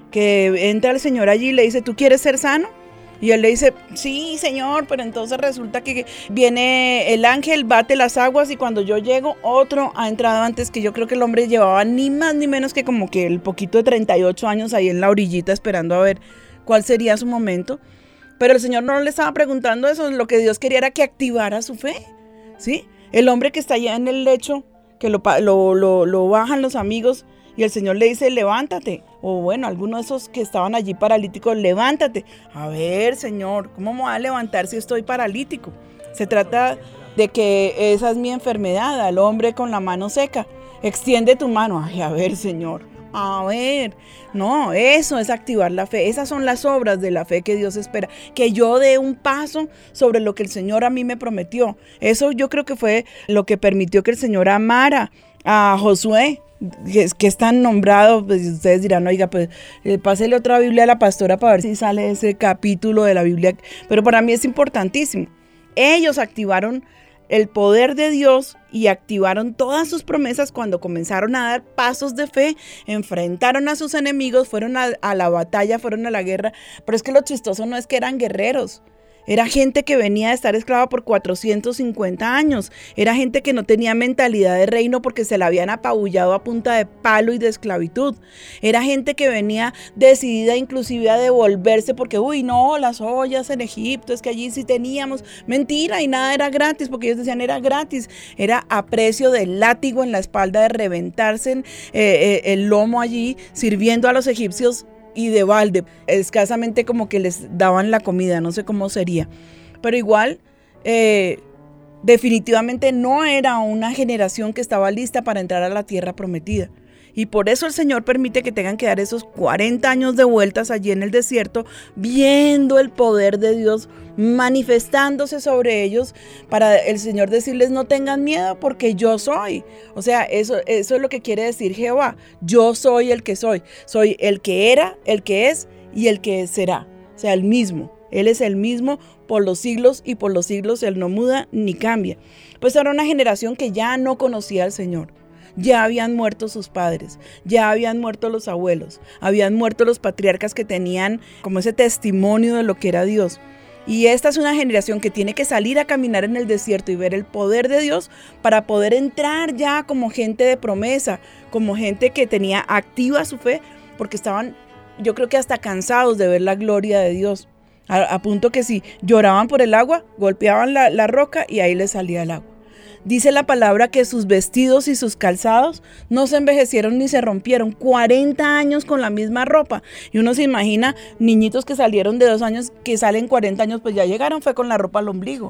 que entra el Señor allí y le dice, ¿tú quieres ser sano? Y él le dice, sí, Señor, pero entonces resulta que viene el ángel, bate las aguas y cuando yo llego, otro ha entrado antes, que yo creo que el hombre llevaba ni más ni menos que como que el poquito de treinta y ocho años ahí en la orillita esperando a ver cuál sería su momento. Pero el Señor no le estaba preguntando eso, lo que Dios quería era que activara su fe, ¿sí? El hombre que está allá en el lecho, que lo, lo, lo, lo bajan los amigos y el Señor le dice, levántate. O bueno, alguno de esos que estaban allí paralíticos, levántate. A ver, Señor, ¿cómo me voy a levantar si estoy paralítico? Se trata de que esa es mi enfermedad, al hombre con la mano seca. Extiende tu mano. Ay, a ver, Señor. A ver, no, eso es activar la fe. Esas son las obras de la fe que Dios espera. Que yo dé un paso sobre lo que el Señor a mí me prometió. Eso yo creo que fue lo que permitió que el Señor amara a Josué, que, que es tan nombrado. Pues ustedes dirán, oiga, pues eh, pásele otra Biblia a la pastora para ver si sale ese capítulo de la Biblia. Pero para mí es importantísimo. Ellos activaron el poder de Dios y activaron todas sus promesas cuando comenzaron a dar pasos de fe, enfrentaron a sus enemigos, fueron a, a la batalla, fueron a la guerra. Pero es que lo chistoso no es que eran guerreros. Era gente que venía de estar esclava por cuatrocientos cincuenta años. Era gente que no tenía mentalidad de reino porque se la habían apabullado a punta de palo y de esclavitud. Era gente que venía decidida inclusive a devolverse porque, uy, no, las ollas en Egipto, es que allí sí teníamos. Mentira, y nada era gratis, porque ellos decían era gratis. Era a precio del látigo en la espalda, de reventarse en, eh, eh, el lomo allí, sirviendo a los egipcios y de balde, escasamente como que les daban la comida, no sé cómo sería, pero igual eh, definitivamente no era una generación que estaba lista para entrar a la tierra prometida. Y por eso el Señor permite que tengan que dar esos cuarenta años de vueltas allí en el desierto, viendo el poder de Dios manifestándose sobre ellos, para el Señor decirles no tengan miedo porque yo soy. O sea, eso, eso es lo que quiere decir Jehová. Yo soy el que soy. Soy el que era, el que es y el que será. O sea, el mismo. Él es el mismo por los siglos y por los siglos. Él no muda ni cambia. Pues era una generación que ya no conocía al Señor. Ya habían muerto sus padres, ya habían muerto los abuelos, habían muerto los patriarcas que tenían como ese testimonio de lo que era Dios. Y esta es una generación que tiene que salir a caminar en el desierto y ver el poder de Dios para poder entrar ya como gente de promesa, como gente que tenía activa su fe, porque estaban, yo creo que hasta cansados de ver la gloria de Dios, a, a punto que si lloraban por el agua, golpeaban la, la roca y ahí les salía el agua. Dice la palabra que sus vestidos y sus calzados no se envejecieron ni se rompieron. cuarenta años con la misma ropa. Y uno se imagina niñitos que salieron de dos años, que salen cuarenta años, pues ya llegaron, fue con la ropa al ombligo.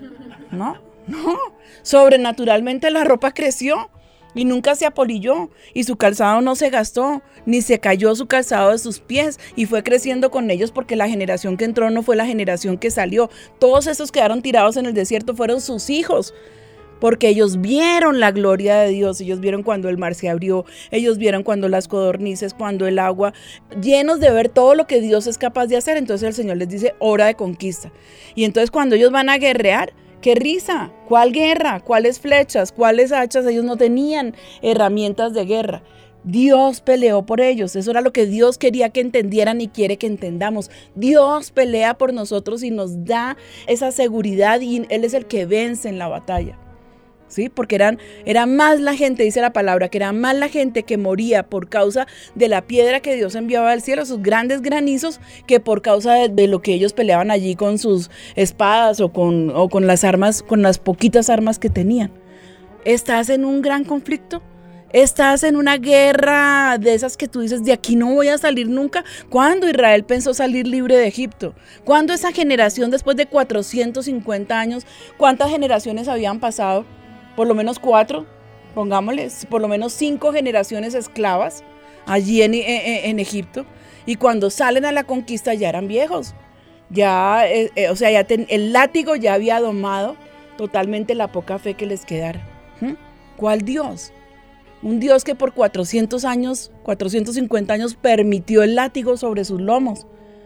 No, no. Sobrenaturalmente la ropa creció y nunca se apolilló. Y su calzado no se gastó, ni se cayó su calzado de sus pies. Y fue creciendo con ellos porque la generación que entró no fue la generación que salió. Todos esos quedaron tirados en el desierto, fueron sus hijos. Porque ellos vieron la gloria de Dios, ellos vieron cuando el mar se abrió, ellos vieron cuando las codornices, cuando el agua, llenos de ver todo lo que Dios es capaz de hacer. Entonces el Señor les dice, hora de conquista. Y entonces cuando ellos van a guerrear, ¡qué risa! ¿Cuál guerra? ¿Cuáles flechas? ¿Cuáles hachas? Ellos no tenían herramientas de guerra. Dios peleó por ellos. Eso era lo que Dios quería que entendieran y quiere que entendamos. Dios pelea por nosotros y nos da esa seguridad y Él es el que vence en la batalla. ¿Sí? Porque eran, era más la gente, dice la palabra, que era más la gente que moría por causa de la piedra que Dios enviaba del cielo, sus grandes granizos, que por causa de, de lo que ellos peleaban allí con sus espadas o con, o con las armas, con las poquitas armas que tenían. ¿Estás en un gran conflicto? Estás en una guerra de esas que tú dices, de aquí no voy a salir nunca. ¿Cuándo Israel pensó salir libre de Egipto? ¿Cuándo esa generación, después de cuatrocientos cincuenta años, cuántas generaciones habían pasado? Por lo menos cuatro, pongámosle, por lo menos cinco generaciones esclavas allí en, en, en Egipto. Y cuando salen a la conquista ya eran viejos. Ya, eh, eh, o sea, ya ten, el látigo ya había domado totalmente la poca fe que les quedara. ¿Mm? ¿Cuál Dios? Un Dios que por cuatrocientos años, cuatrocientos cincuenta años permitió el látigo sobre sus lomos.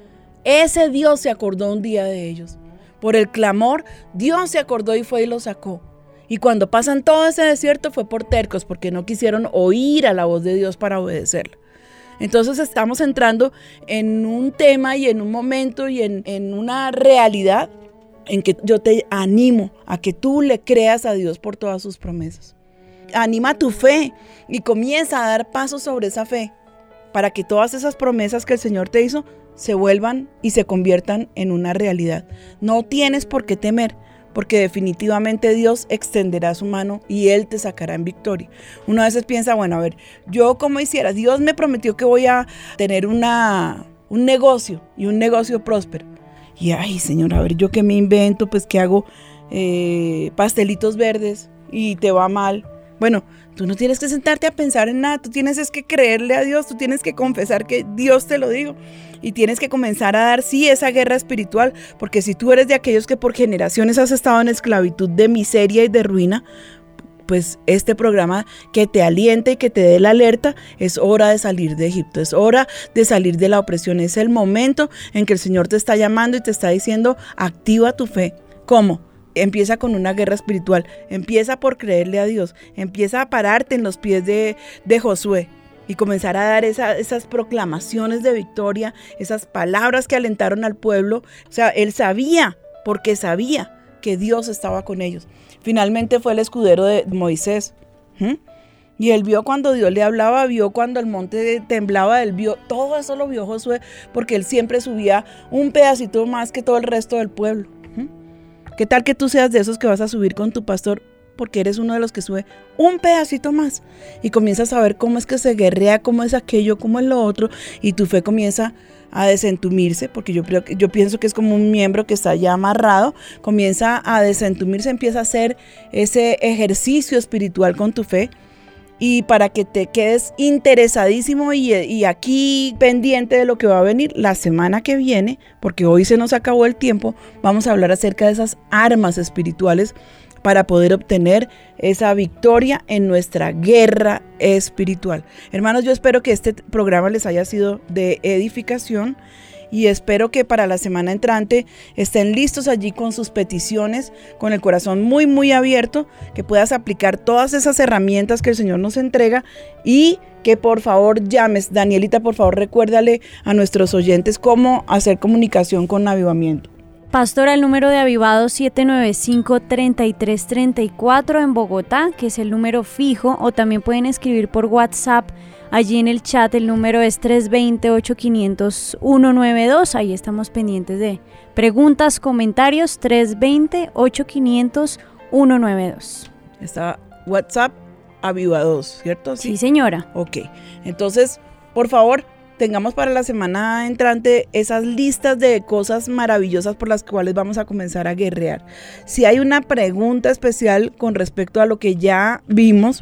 Ese Dios se acordó un día de ellos. Por el clamor, Dios se acordó y fue y los sacó. Y cuando pasan todo ese desierto fue por tercos, porque no quisieron oír a la voz de Dios para obedecerla. Entonces estamos entrando en un tema y en un momento y en, en una realidad en que yo te animo a que tú le creas a Dios por todas sus promesas. Anima tu fe y comienza a dar pasos sobre esa fe para que todas esas promesas que el Señor te hizo se vuelvan y se conviertan en una realidad. No tienes por qué temer, porque definitivamente Dios extenderá su mano y Él te sacará en victoria. Uno a veces piensa, bueno, a ver, yo como hiciera, Dios me prometió que voy a tener una, un negocio y un negocio próspero. Y ay, Señor, a ver, yo qué me invento, pues que hago eh, pastelitos verdes y te va mal. Bueno, tú no tienes que sentarte a pensar en nada, tú tienes es que creerle a Dios, tú tienes que confesar que Dios te lo dijo y tienes que comenzar a dar sí esa guerra espiritual, porque si tú eres de aquellos que por generaciones has estado en esclavitud de miseria y de ruina, pues este programa que te aliente y que te dé la alerta, es hora de salir de Egipto, es hora de salir de la opresión, es el momento en que el Señor te está llamando y te está diciendo, activa tu fe. ¿Cómo? Empieza con una guerra espiritual, empieza por creerle a Dios, empieza a pararte en los pies de, de Josué y comenzar a dar esa, esas proclamaciones de victoria, esas palabras que alentaron al pueblo. O sea, él sabía, porque sabía que Dios estaba con ellos. Finalmente fue el escudero de Moisés. ¿Mm? Y él vio cuando Dios le hablaba, vio cuando el monte temblaba, él vio, todo eso lo vio Josué, porque él siempre subía un pedacito más que todo el resto del pueblo. ¿Qué tal que tú seas de esos que vas a subir con tu pastor porque eres uno de los que sube un pedacito más y comienzas a ver cómo es que se guerrea, cómo es aquello, cómo es lo otro y tu fe comienza a desentumirse, porque yo, yo pienso que es como un miembro que está ya amarrado, comienza a desentumirse, empieza a hacer ese ejercicio espiritual con tu fe. Y para que te quedes interesadísimo y, y aquí pendiente de lo que va a venir la semana que viene, porque hoy se nos acabó el tiempo, vamos a hablar acerca de esas armas espirituales para poder obtener esa victoria en nuestra guerra espiritual. Hermanos, yo espero que este programa les haya sido de edificación y espero que para la semana entrante estén listos allí con sus peticiones, con el corazón muy muy abierto, que puedas aplicar todas esas herramientas que el Señor nos entrega y que por favor llames. Danielita, por favor recuérdale a nuestros oyentes cómo hacer comunicación con Avivamiento. Pastora, el número de Avivados siete nueve cinco, treinta y tres treinta y cuatro en Bogotá, que es el número fijo, o también pueden escribir por WhatsApp. Allí en el chat el número es tres dos cero, ocho cinco cero, uno nueve dos. Ahí estamos pendientes de preguntas, comentarios. tres dos cero, ocho cinco cero, uno nueve dos. Está WhatsApp Avivados, ¿cierto? Sí, sí, señora. Ok, entonces, por favor, tengamos para la semana entrante esas listas de cosas maravillosas por las cuales vamos a comenzar a guerrear. Si hay una pregunta especial con respecto a lo que ya vimos,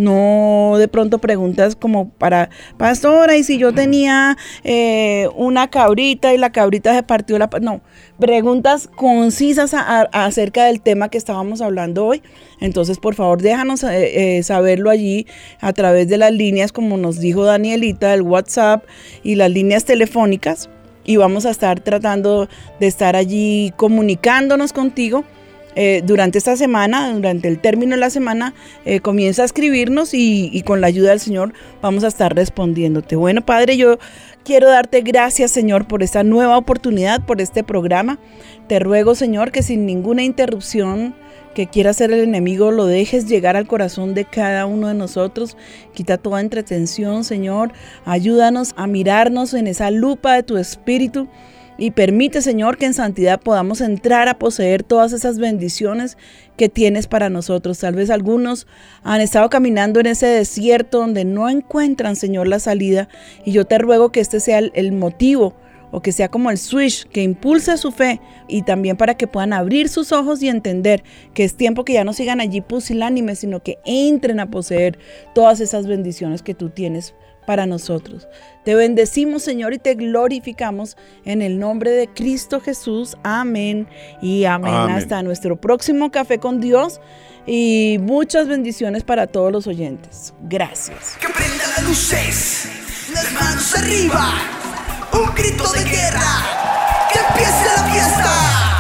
no de pronto preguntas como para, pastora, y si yo tenía eh, una cabrita y la cabrita se partió la... No, preguntas concisas a, a, acerca del tema que estábamos hablando hoy. Entonces, por favor, déjanos eh, eh, saberlo allí a través de las líneas, como nos dijo Danielita, el WhatsApp y las líneas telefónicas, y vamos a estar tratando de estar allí comunicándonos contigo eh, durante esta semana, durante el término de la semana. Eh, comienza a escribirnos y, y con la ayuda del Señor vamos a estar respondiéndote. Bueno, Padre, yo quiero darte gracias, Señor, por esta nueva oportunidad, por este programa. Te ruego, Señor, que sin ninguna interrupción que quiera hacer el enemigo, lo dejes llegar al corazón de cada uno de nosotros. Quita toda entretención, Señor. Ayúdanos a mirarnos en esa lupa de tu espíritu Y permite, Señor, que en santidad podamos entrar a poseer todas esas bendiciones que tienes para nosotros. Tal vez algunos han estado caminando en ese desierto donde no encuentran, Señor, la salida. Y yo te ruego que este sea el, el motivo, o que sea como el switch que impulse su fe, y también para que puedan abrir sus ojos y entender que es tiempo que ya no sigan allí pusilánimes, sino que entren a poseer todas esas bendiciones que tú tienes para nosotros. Te bendecimos, Señor, y te glorificamos en el nombre de Cristo Jesús. Amén y amén. Amén. Hasta nuestro próximo Café con Dios, y muchas bendiciones para todos los oyentes. Gracias. Que prendan las luces, las manos arriba, un grito de guerra, que empiece la fiesta.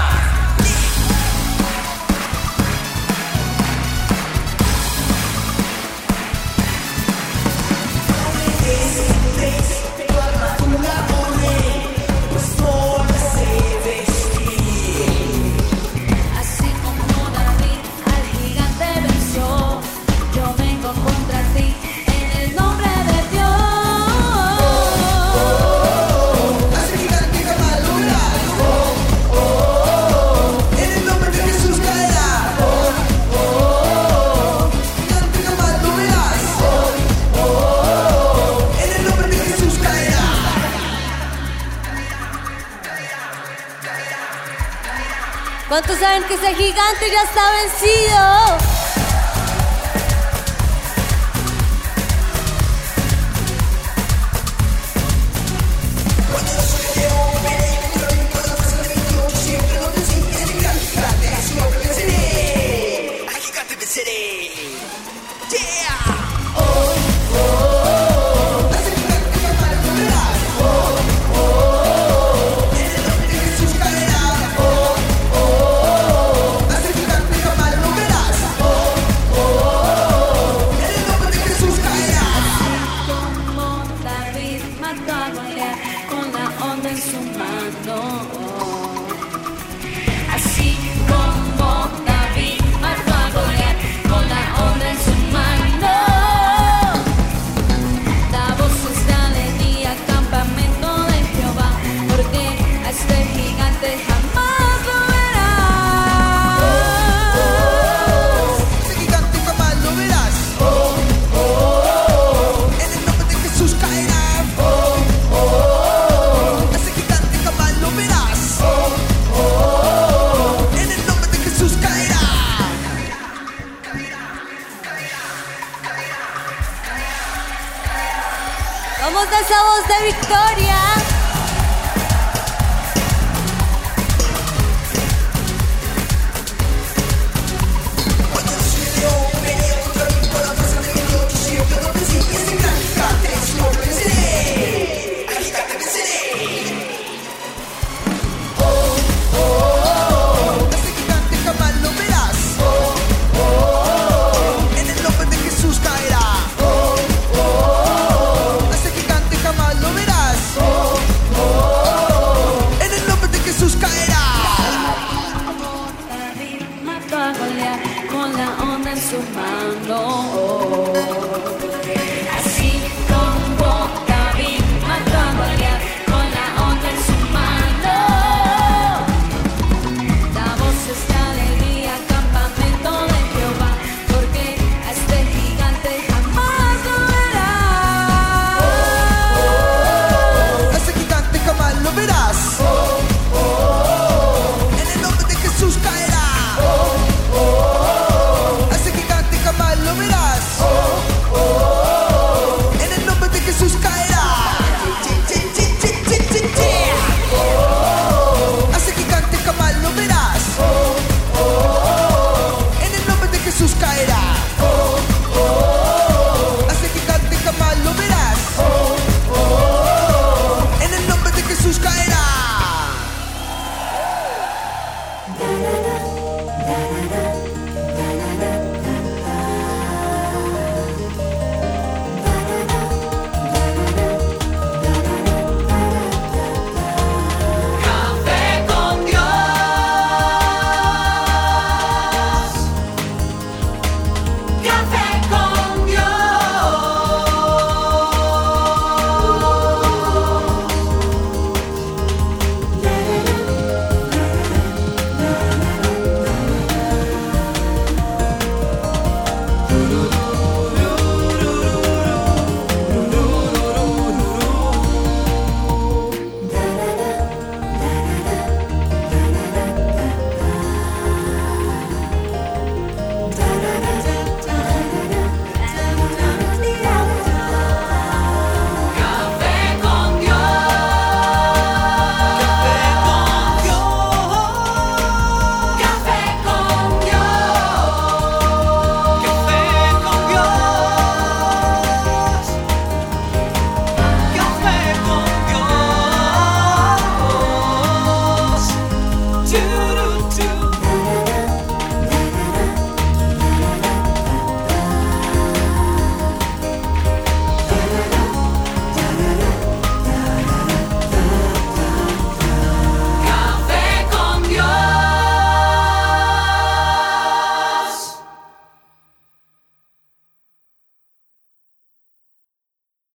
¿Cuántos saben que ese gigante ya está vencido? Vamos a esa voz de victoria.